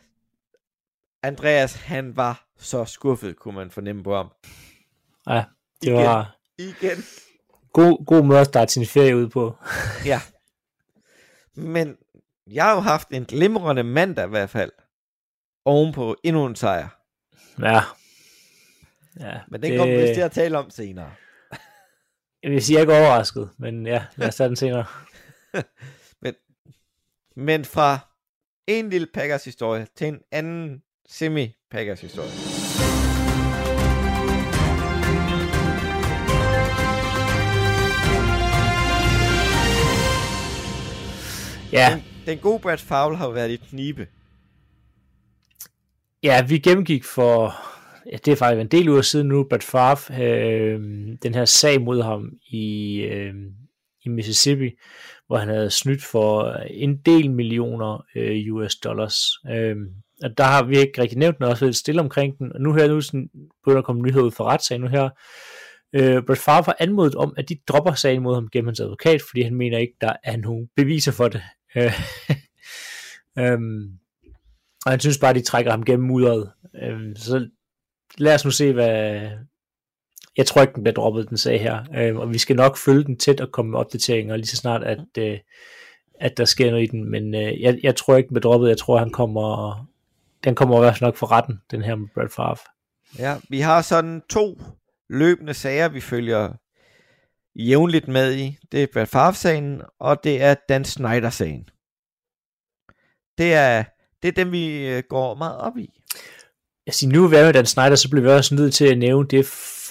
Andreas, han var så skuffet, kunne man fornemme på ham.
Ja, det var...
Igen.
God måde at starte sin ferie ud på.
Ja. Men jeg har jo haft en glimrende mandag i hvert fald. Ovenpå endnu en sejr.
Ja.
Men den kommer vi til at tale om senere.
Jeg vil sige, jeg er ikke overrasket, men ja, lad os tage den senere.
men fra en lille Packers historie til en anden semi-Packers historie.
Ja.
Den gode Brett Favre har jo været i knibe.
Ja, vi gennemgik for... Ja, det er faktisk en del uger siden nu, Brett Favre, den her sag mod ham i Mississippi, hvor han havde snydt for en del millioner US dollars. Og der har vi ikke rigtig nævnt noget, også været stille omkring den. Og nu begynder at komme nyheder ud fra retssagen nu her. Brett Favre har anmodet om, at de dropper sagen mod ham gennem hans advokat, fordi han mener ikke, der er nogen beviser for det. Og han synes bare, de trækker ham gennem mudderet. Så lad os nu se, hvad... Jeg tror ikke, den bliver droppet, den sag her. Og vi skal nok følge den tæt og komme med opdateringer, lige så snart, at der sker noget i den. Men jeg tror ikke, den bliver droppet. Jeg tror, den kommer i hvert fald nok for retten, den her med Brett Favre.
Ja, vi har sådan 2 løbende sager, vi følger jævnligt med i. Det er Brett Favre-sagen, og det er Dan Snyder-sagen. Det er dem, vi går meget op i.
Altså, nu er vi Dan Snyder, så bliver vi også nødt til at nævne det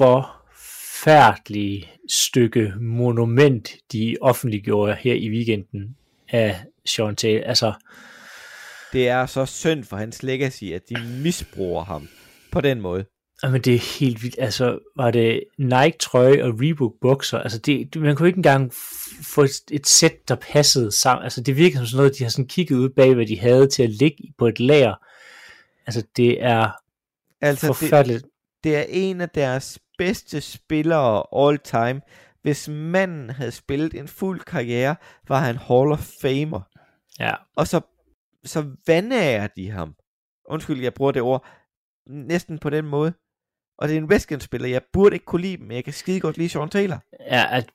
forfærdelige stykke monument, de offentliggjorde her i weekenden af Sean Taylor. Altså,
det er så synd for hans legacy, at de misbruger ham på den måde.
Men det er helt vildt. Altså, var det Nike-trøje og Reebok-bukser? Altså, man kunne ikke engang få et sæt, der passede sammen. Altså, det virker som sådan noget, de har sådan kigget ud bag, hvad de havde til at ligge på et lager. Altså, det er forfærdeligt.
Det er en af deres bedste spillere all time. Hvis manden havde spillet en fuld karriere, var han Hall of Famer.
Ja.
Og så vandærer de ham. Undskyld, jeg bruger det ord. Næsten på den måde. Og det er en Redskins-spiller. Jeg burde ikke kunne lide dem, men jeg kan skide godt lide Sean Taylor.
Ja, at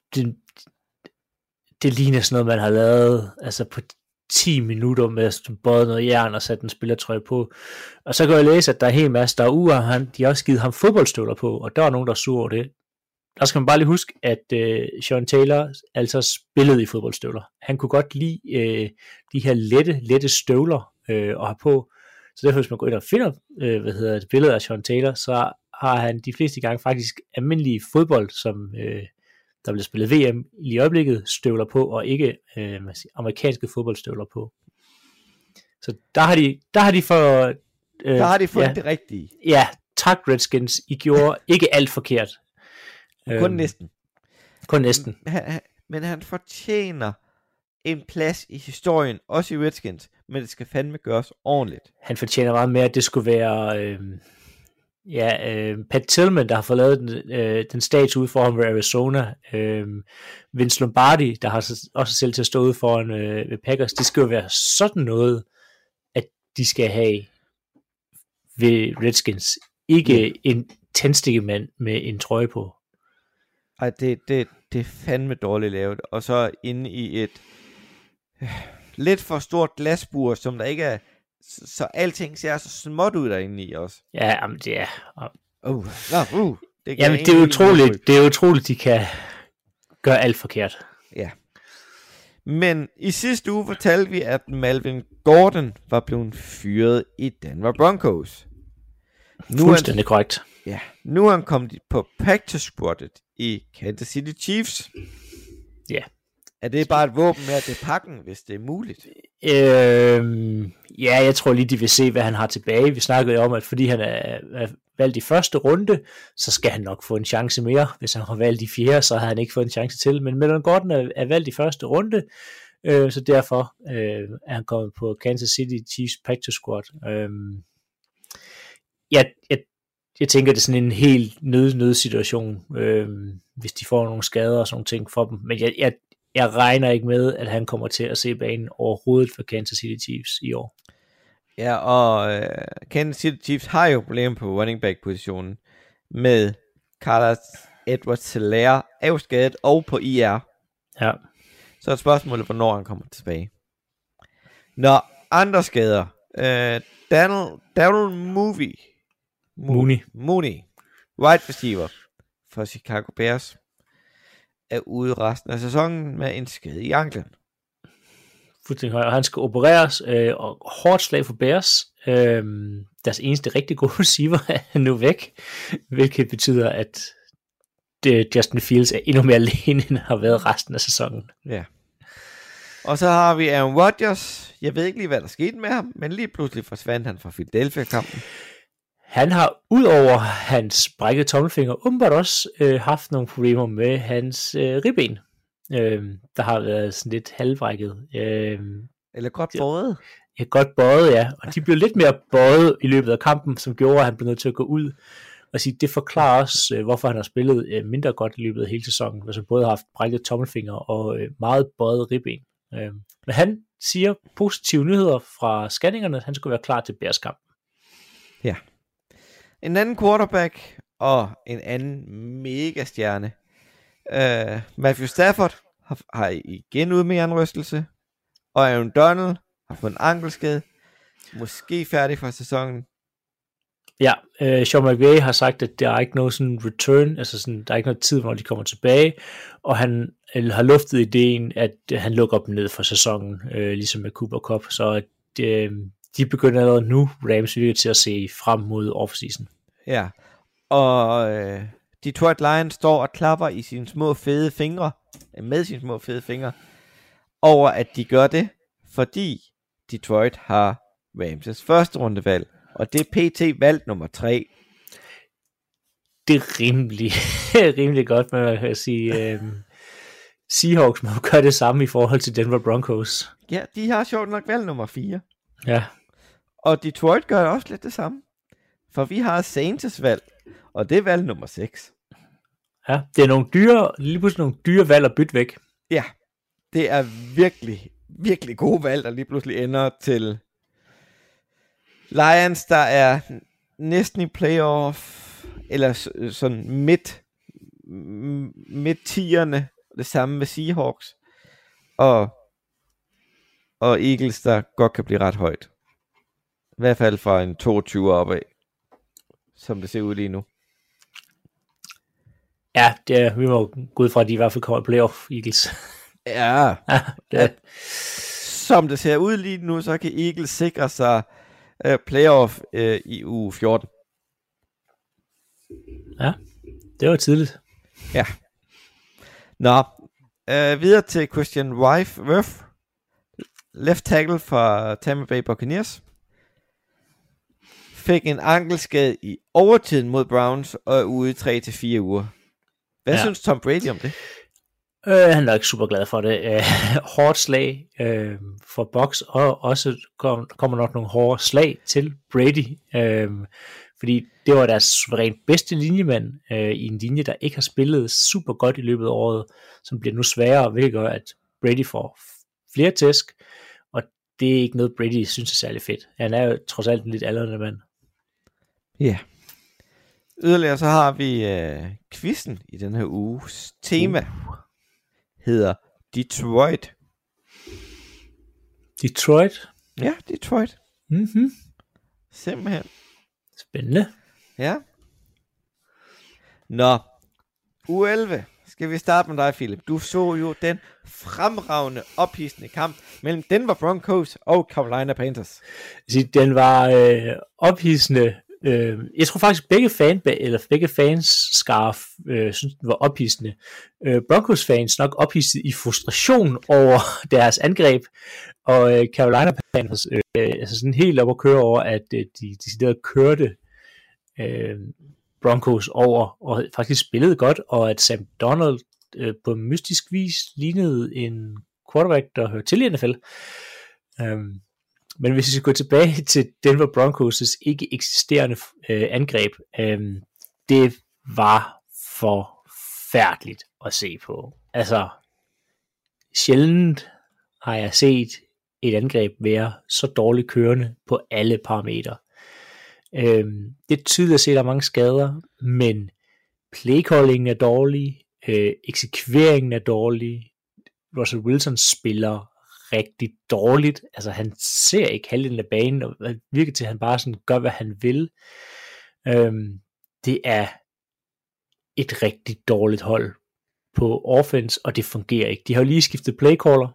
det ligner sådan noget, man har lavet altså på 10 minutter med både noget jern og sat en spillertrøje på. Og så kan jeg læse, at der er en hel masse, der er ude, de har også givet ham fodboldstøvler på, og der er nogen, der er sur over det. Der skal man bare lige huske, at Sean Taylor altså spillede i fodboldstøvler. Han kunne godt lide de her lette støvler at have på. Så derfor, hvis man går ind og finder et billede af Sean Taylor, så har han de fleste gange faktisk almindelige fodbold, som der bliver spillet VM i øjeblikket, støvler på, og ikke amerikanske fodboldstøvler på. Så der har de
fundet det rigtige.
Ja, tak Redskins. I gjorde ikke alt forkert.
Kun næsten.
Kun næsten.
Men han fortjener en plads i historien, også i Redskins, men det skal fandme gøres ordentligt.
Han fortjener meget mere, at det skulle være Pat Tillman, der har fået lavet den statue ude foran ved Arizona. Vince Lombardi, der har også selv til at stå ude foran ved Packers. Det skal jo være sådan noget, at de skal have ved Redskins. Ikke en tændstikkemand med en trøje på.
Ej, det er fandme dårligt lavet. Og så inde i et lidt for stort glasbur, som der ikke er, så alting ser så småt ud derinde i også.
Ja, jamen det er... Det er utroligt, de kan gøre alt forkert.
Ja. Men i sidste uge fortalte vi, at Melvin Gordon var blevet fyret i Denver Broncos.
Fuldstændig korrekt.
Ja, nu er han kommet på practice squadet i Kansas City Chiefs.
Ja.
Er det bare et våben med til pakken, hvis det er muligt?
Ja, jeg tror lige, de vil se, hvad han har tilbage. Vi snakkede om, at fordi han er valgt i første runde, så skal han nok få en chance mere. Hvis han har valgt i fjerde, så har han ikke fået en chance til. Men Melvin Gordon er valgt i første runde, så derfor er han kommet på Kansas City Chiefs practice squad. Jeg tænker, det er sådan en helt nødsituation, hvis de får nogle skader og sådan nogle ting for dem. Men jeg regner ikke med, at han kommer til at se banen overhovedet for Kansas City Chiefs i år.
Ja, og Kansas City Chiefs har jo problemer på running back positionen med Carlos Edwards-Helaire er jo skadet og på IR.
Ja. Så
er spørgsmålet, hvornår han kommer tilbage. Når andre skader, Darnell Mooney, wide receiver for Chicago Bears, er ude resten af sæsonen med en skade i anklen.
Fuldstændig højt, og han skal opereres, og hårdt slag for Bears. Deres eneste rigtig gode receiver er nu væk, hvilket betyder, at Justin Fields er endnu mere alene, end har været resten af sæsonen.
Ja. Og så har vi Aaron Rodgers. Jeg ved ikke lige, hvad der skete med ham, men lige pludselig forsvandt han fra Philadelphia-kampen.
Han har udover hans brækkede tommelfinger åbenbart også haft nogle problemer med hans ribben. Der har været sådan lidt halvbrækket.
Eller godt bøjet.
Ja, godt bøjet, ja. Og de blev lidt mere bøjet i løbet af kampen, som gjorde, at han blev nødt til at gå ud. og sige, det forklarer også, hvorfor han har spillet mindre godt i løbet af hele sæsonen, hvis han både har haft brækket tommelfinger og meget bøjet ribben. Men han siger positive nyheder fra scanningerne, han skulle være klar til Bears-kampen.
Ja. En anden quarterback og en anden megastjerne. Matthew Stafford har igen ude med hjernerystelse, og Aaron Donald har fået en ankelskade, måske færdig for sæsonen.
Ja, Sean McVay har sagt, at der er ikke noget sådan return, altså sådan, der er ikke noget tid, hvor de kommer tilbage, og han har luftet ideen, at han lukker op ned for sæsonen, ligesom med Cooper Kupp, så de begynder allerede nu, Rams virker til at se frem mod offseason.
Ja, og Detroit Lions står og klapper i sine små fede fingre, med sine små fede fingre, over at de gør det, fordi Detroit har Rams' første rundevalg, og det er PT valg nummer 3.
Det er rimelig godt, men man kan sige, Seahawks må gøre det samme i forhold til Denver Broncos.
Ja, de har sjovt nok valg nummer 4.
Ja.
Og Detroit gør også lidt det samme, for vi har Saints' valg, og det er valg nummer 6.
Ja, det er lige pludselig nogle dyre valg at bytte væk.
Ja, det er virkelig, virkelig gode valg, der lige pludselig ender til Lions, der er næsten i playoff, eller sådan midt-tierne, det samme med Seahawks, og Eagles, der godt kan blive ret højt. I hvert fald fra en 22 opad, som det ser ud lige nu.
Ja, vi må gå ud fra, at de i hvert fald kommer i playoff, Eagles.
Ja, som det ser ud lige nu, så kan Eagles sikre sig playoff i uge 14.
Ja, det var tidligt.
Ja. Nå, videre til Christian Wirth, left tackle fra Tampa Bay Buccaneers. Fik en ankelskade i overtiden mod Browns og er ude i 3-4 uger. Hvad synes Tom Brady om det?
Han er ikke super glad for det. Hårdt slag for Bucs, og også kommer nok nogle hårde slag til Brady, fordi det var deres suverænt bedste linjemand i en linje, der ikke har spillet super godt i løbet af året, som bliver nu sværere, hvilket gør, at Brady får flere tæsk, og det er ikke noget, Brady synes er særlig fedt. Han er jo trods alt en lidt aldrende mand.
Ja. Yderligere så har vi quizzen i den her uges tema. Hedder Detroit.
Detroit?
Ja, Detroit.
Mhm.
Simpelthen.
Spændende.
Ja. Nå, uge 11. Skal vi starte med dig, Philip? Du så jo den fremragende, ophidsende kamp mellem Denver Broncos og Carolina Panthers.
Den var ophidsende. Jeg tror faktisk, begge fans scarf synes, den var ophidsende. Broncos fans nok ophidset i frustration over deres angreb, og Carolina Panthers altså sådan helt op at køre over, at de kørte Broncos over, og faktisk spillede godt, og at Sam Donald på mystisk vis lignede en quarterback, der hører til i NFL. Men hvis vi skal gå tilbage til Denver Broncos' ikke eksisterende angreb, det var forfærdeligt at se på. Altså, sjældent har jeg set et angreb være så dårligt kørende på alle parametre. Det er tydeligt at se, at der er mange skader, men playcallingen er dårlig, eksekveringen er dårlig, Russell Wilson spiller rigtig dårligt, altså han ser ikke halvdelen af banen, og virker til, at han bare sådan gør, hvad han vil. Det er et rigtig dårligt hold på offense, og det fungerer ikke. De har jo lige skiftet playcaller,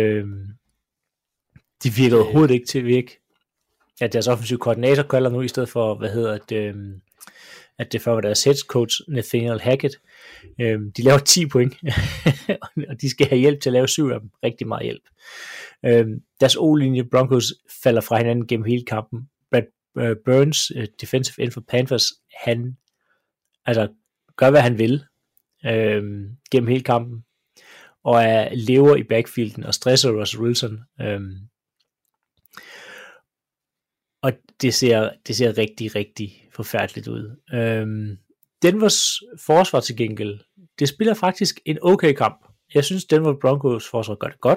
de virker overhovedet ikke til at virke. Ja, deres offensive koordinator kalder nu, i stedet for, at det før var deres head coach, Nathaniel Hackett. De laver 10 point, og de skal have hjælp til at lave 7 af dem. Rigtig meget hjælp. Deres O-linje Broncos falder fra hinanden gennem hele kampen. Brad Burns, defensive end for Panthers, han altså gør, hvad han vil gennem hele kampen, og lever i backfielden og stresser Russell Wilson. Og det ser rigtig, rigtig forfærdeligt ud. Denvers forsvar til gengæld, det spiller faktisk en okay kamp. Jeg synes, Denver Broncos forsvar gør det godt.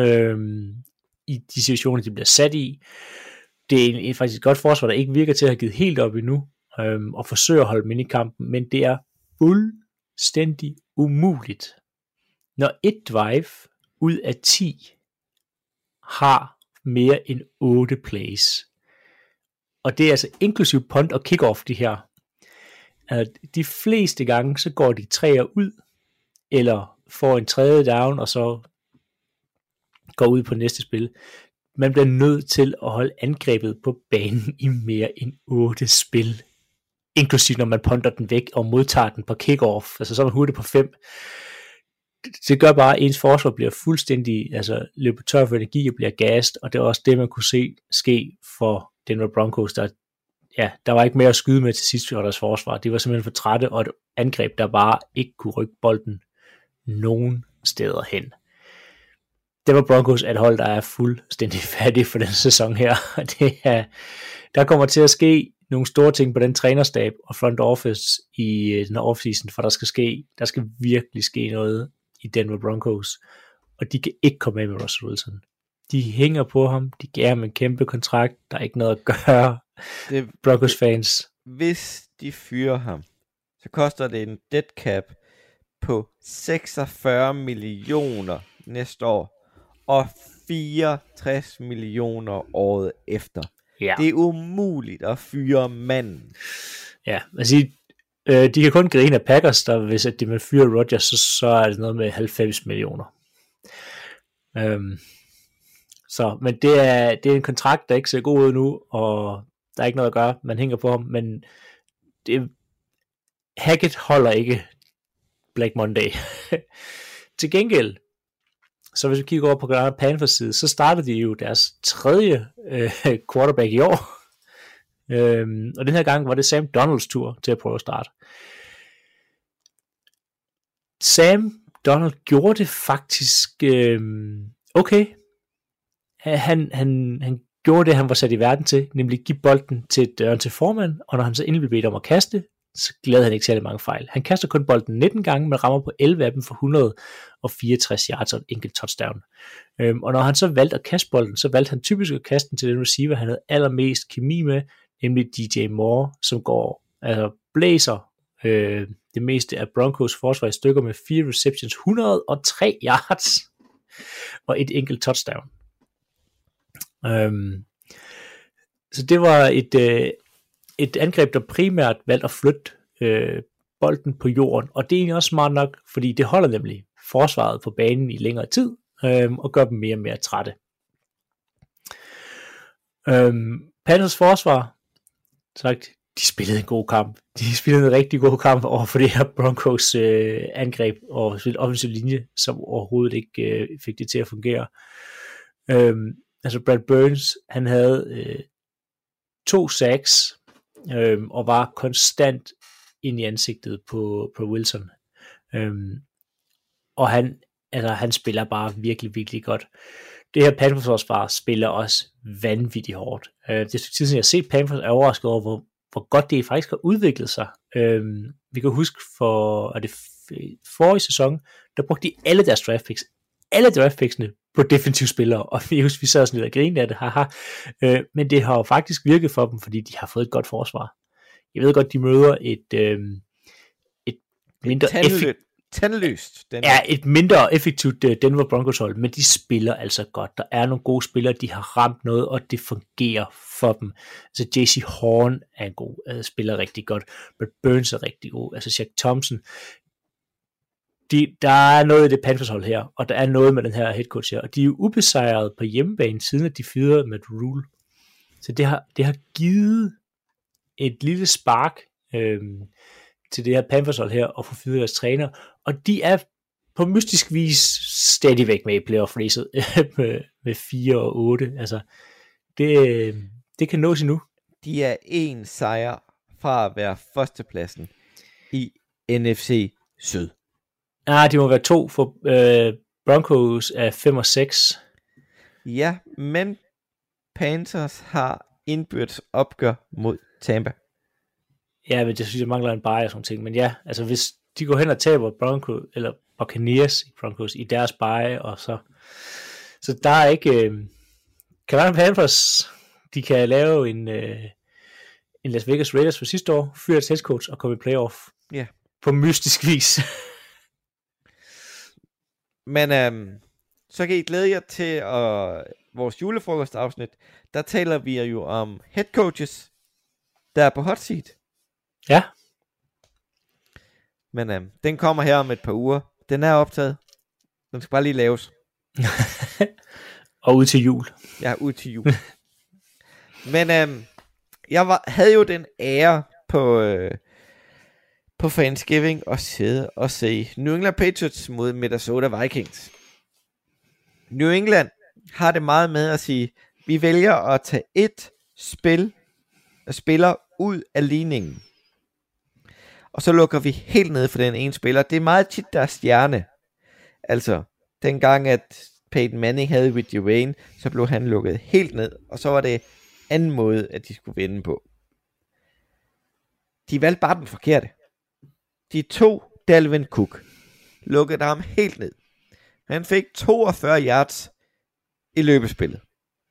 I de situationer, de bliver sat i. Det er faktisk et godt forsvar, der ikke virker til at have givet helt op endnu, og forsøger at holde dem inde i kampen, men det er fuldstændig umuligt, når et drive ud af 10 har mere end 8 plays. Og det er altså inklusiv punt og kickoff, de her. De fleste gange, så går de 3'er ud, eller får en tredje down, og så går ud på næste spil. Man bliver nødt til at holde angrebet på banen i mere end 8 spil. Inklusiv når man punter den væk og modtager den på kickoff. Altså så er man hurtigt på 5. Det gør bare, at ens forsvar bliver fuldstændig løbet tør for energi og bliver gassed. Og det er også det, man kunne se ske for Denver Broncos. Der var ikke mere at skyde med til sidst for deres forsvar. De var simpelthen for trætte, og et angreb, der bare ikke kunne rykke bolden nogen steder hen. Denver Broncos er et hold, der er fuldstændig færdig for den sæson her. Der kommer til at ske nogle store ting på den trænerstab og front office i den her offseason, for der skal virkelig ske noget i Denver Broncos, og de kan ikke komme af med Russell Wilson. De hænger på ham, de giver ham en kæmpe kontrakt, der er ikke noget at gøre. Broncos fans.
Hvis de fyrer ham, så koster det en dead cap på 46 millioner næste år, og 64 millioner året efter. Ja. Det er umuligt at fyre manden.
Ja, altså de kan kun grine af Packers, der hvis at de vil fyre Rodgers, så er det noget med 90 millioner. Men det er en kontrakt, der ikke ser god ud nu, og der er ikke noget at gøre. Man hænger på ham, men Hackett holder ikke Black Monday. Til gengæld, så hvis vi kigger over på Panthers side, så startede de jo deres 3. quarterback i år. Og den her gang var det Sam Donalds tur til at prøve at starte. Sam Donald gjorde det faktisk okay. Han gjorde det, han var sat i verden til, nemlig give bolden til døren til formanden, og når han så endelig blev bedt om at kaste, så lavede han ikke særlig mange fejl. Han kaster kun bolden 19 gange, men rammer på 11 af dem for 164 yards og en enkelt touchdown. Og når han så valgte at kaste bolden, så valgte han typisk at kaste den til den receiver, han havde allermest kemi med, nemlig DJ Moore, som blæser det meste af Broncos forsvar i stykker med 4 receptions, 103 yards og et enkelt touchdown. Så det var et angreb, der primært valgte at flytte bolden på jorden, og det er egentlig også smart nok, fordi det holder nemlig forsvaret på banen i længere tid, og gør dem mere og mere trætte. Panthers forsvar, sagt, de spillede en god kamp. De spillede en rigtig god kamp over for det her Broncos angreb og offensiv linje, som overhovedet ikke fik det til at fungere. Brad Burns, han havde 2 sacks, og var konstant ind i ansigtet på Wilson. Og han spiller bare virkelig, virkelig godt. Det her Panthers forsvar spiller også vanvittigt hårdt. Det er tid siden, jeg har set Panthers er overrasket over, hvor godt det faktisk har udviklet sig. Vi kan huske forrige sæson, der brugte de alle deres draft picks. Alle draft picksene på defensive spillere, og vi sad sådan lidt og grinede af det, haha. Men det har jo faktisk virket for dem, fordi de har fået et godt forsvar. Jeg ved godt, de møder et mindre et mindre effektivt Denver Broncos hold, men de spiller altså godt. Der er nogle gode spillere, de har ramt noget, og det fungerer for dem. Altså J.C. Horn er en god spiller rigtig godt, Brad Burns er rigtig god, altså Shaq Thompson. Der er noget i det Panthers hold her, og der er noget med den her head coach her, og de er jo ubesejret på hjemmebane, siden at de fyrede med Rule. Så det har givet et lille spark til det her Panthers hold her, og få fyret deres træner, og de er på mystisk vis stadigvæk med i playoff-racet med 4 og 8. Altså, det kan nås endnu.
De er 1 sejr fra at være førstepladsen i NFC Syd.
De må være 2, for Broncos er 5 og 6.
Ja, men Panthers har indbyrdes opgør mod Tampa.
Ja, men det synes jeg mangler en bye og sådan ting. Men ja, altså hvis de går hen og taber Broncos, eller Buccaneers i Broncos i deres bye, og så der er ikke... Carolina Panthers, de kan lave en Las Vegas Raiders for sidste år, fyre et headcoach og komme i playoff.
Ja.
På mystisk vis.
Men så kan I glæde jer til vores julefrokostafsnit. Der taler vi jo om head coaches, der er på hot seat.
Ja.
Men den kommer her om et par uger. Den er optaget. Den skal bare lige laves.
Og ud til jul.
Ja, ud til jul. Men jeg havde jo den ære på Thanksgiving at sidde og se New England Patriots mod Minnesota Vikings. New England har det meget med at sige, vi vælger at tage et spiller ud af ligningen. Og så lukker vi helt ned for den ene spiller. Det er meget tit deres stjerne. Altså, dengang at Peyton Manning havde Reggie Wayne, så blev han lukket helt ned. Og så var det anden måde, at de skulle vinde på. De valgte bare den forkerte. De tog Dalvin Cook. Lukkede ham helt ned. Han fik 42 yards i løbespillet.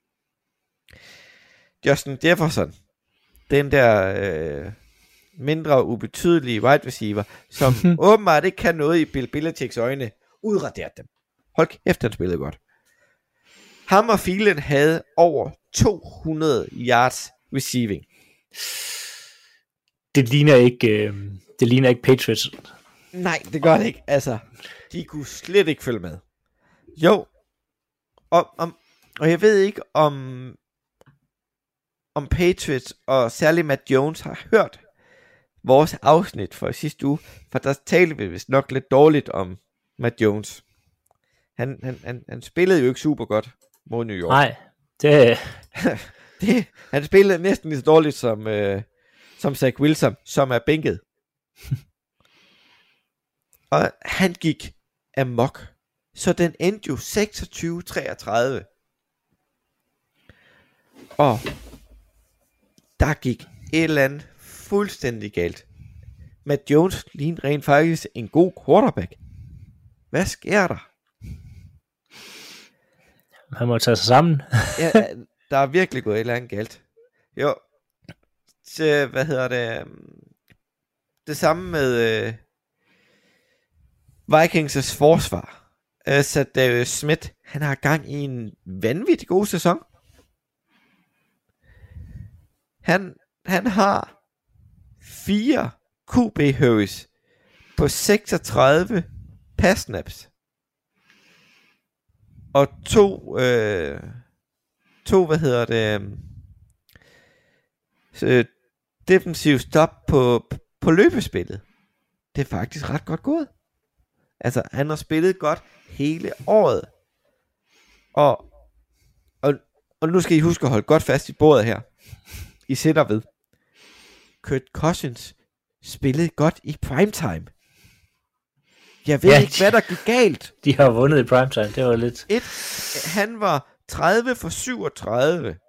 Justin Jefferson, den der mindre ubetydelige wide receiver, som åbenbart ikke kan noget i Bill Belichicks øjne, udraderede dem. Hold kæft, han spillede godt. Ham og Thielen havde over 200 yards receiving.
Det ligner ikke Patriots.
Nej, det gør det ikke. Altså, de kunne slet ikke følge med. Jo, og jeg ved ikke om Patriots og særligt Matt Jones har hørt vores afsnit for sidste uge, for der talte vi vist nok lidt dårligt om Matt Jones. Han spillede jo ikke super godt mod New York.
Nej,
han spillede næsten lige så dårligt som Zach Wilson, som er bænket. Og han gik amok. Så den endte jo 26-33. Og der gik et eller andet fuldstændig galt. Matt Jones lignede rent faktisk en god quarterback. Hvad sker der?
Han må tage sig sammen.
Ja, der er virkelig gået et eller andet galt. Jo. Så, det samme med Vikings' forsvar. Så Darius Smith, han har gang i en vanvittig god sæson. Han har 4 QB hurries på 36 pass snaps. Og to defensive stop på løbespillet. Det er faktisk ret godt gået. Altså, han har spillet godt hele året. Og nu skal I huske at holde godt fast i bordet her. I sætter ved. Kirk Cousins spillede godt i primetime. Jeg ved ikke, hvad der gik galt.
De har vundet i primetime, det var lidt...
Han var 30 for 37.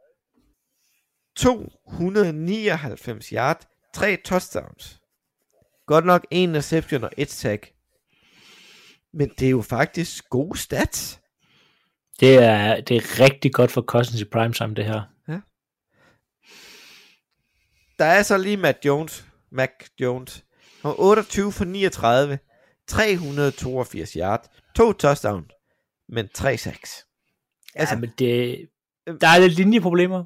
299 yard, 3 touchdowns. Godt nok 1 interception og 1 sack. Men det er jo faktisk gode stats.
Det er rigtig godt for Cousins i primetime, det her.
Ja. Der er så lige Mac Jones. Og 28 for 39. 382 yard. 2 touchdown. Men 3 sacks.
Altså, men der er lidt linjeproblemer.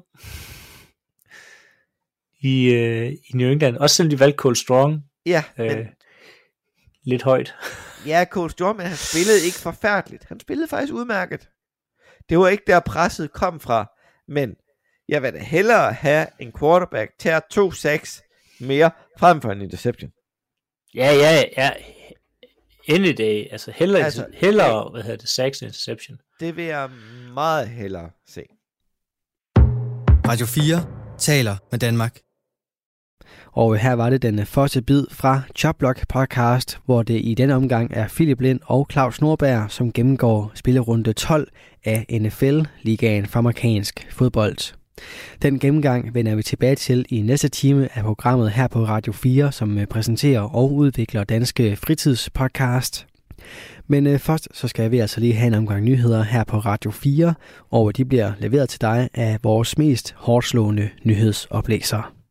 I New England. Også selvom de valgte Cole Strong.
Ja, men...
lidt højt.
Ja, Cole Strong, men han spillede ikke forfærdeligt. Han spillede faktisk udmærket. Det var ikke der presset kom fra. Men jeg vil da hellere have en quarterback til 2 sacks mere frem for en interception.
Ja. Any day. Altså hellere sacks and interception.
Det vil jeg meget hellere se.
Radio 4 taler med Danmark.
Og her var det den første bid fra Chopblock podcast, hvor det i denne omgang er Philip Lind og Claus Nordberg, som gennemgår spillerunde 12 af NFL-ligaen for amerikansk fodbold. Den gennemgang vender vi tilbage til i næste time af programmet her på Radio 4, som præsenterer og udvikler Danske Fritidspodcast. Men først så skal vi altså lige have en omgang nyheder her på Radio 4, og de bliver leveret til dig af vores mest hårdslående nyhedsoplæser.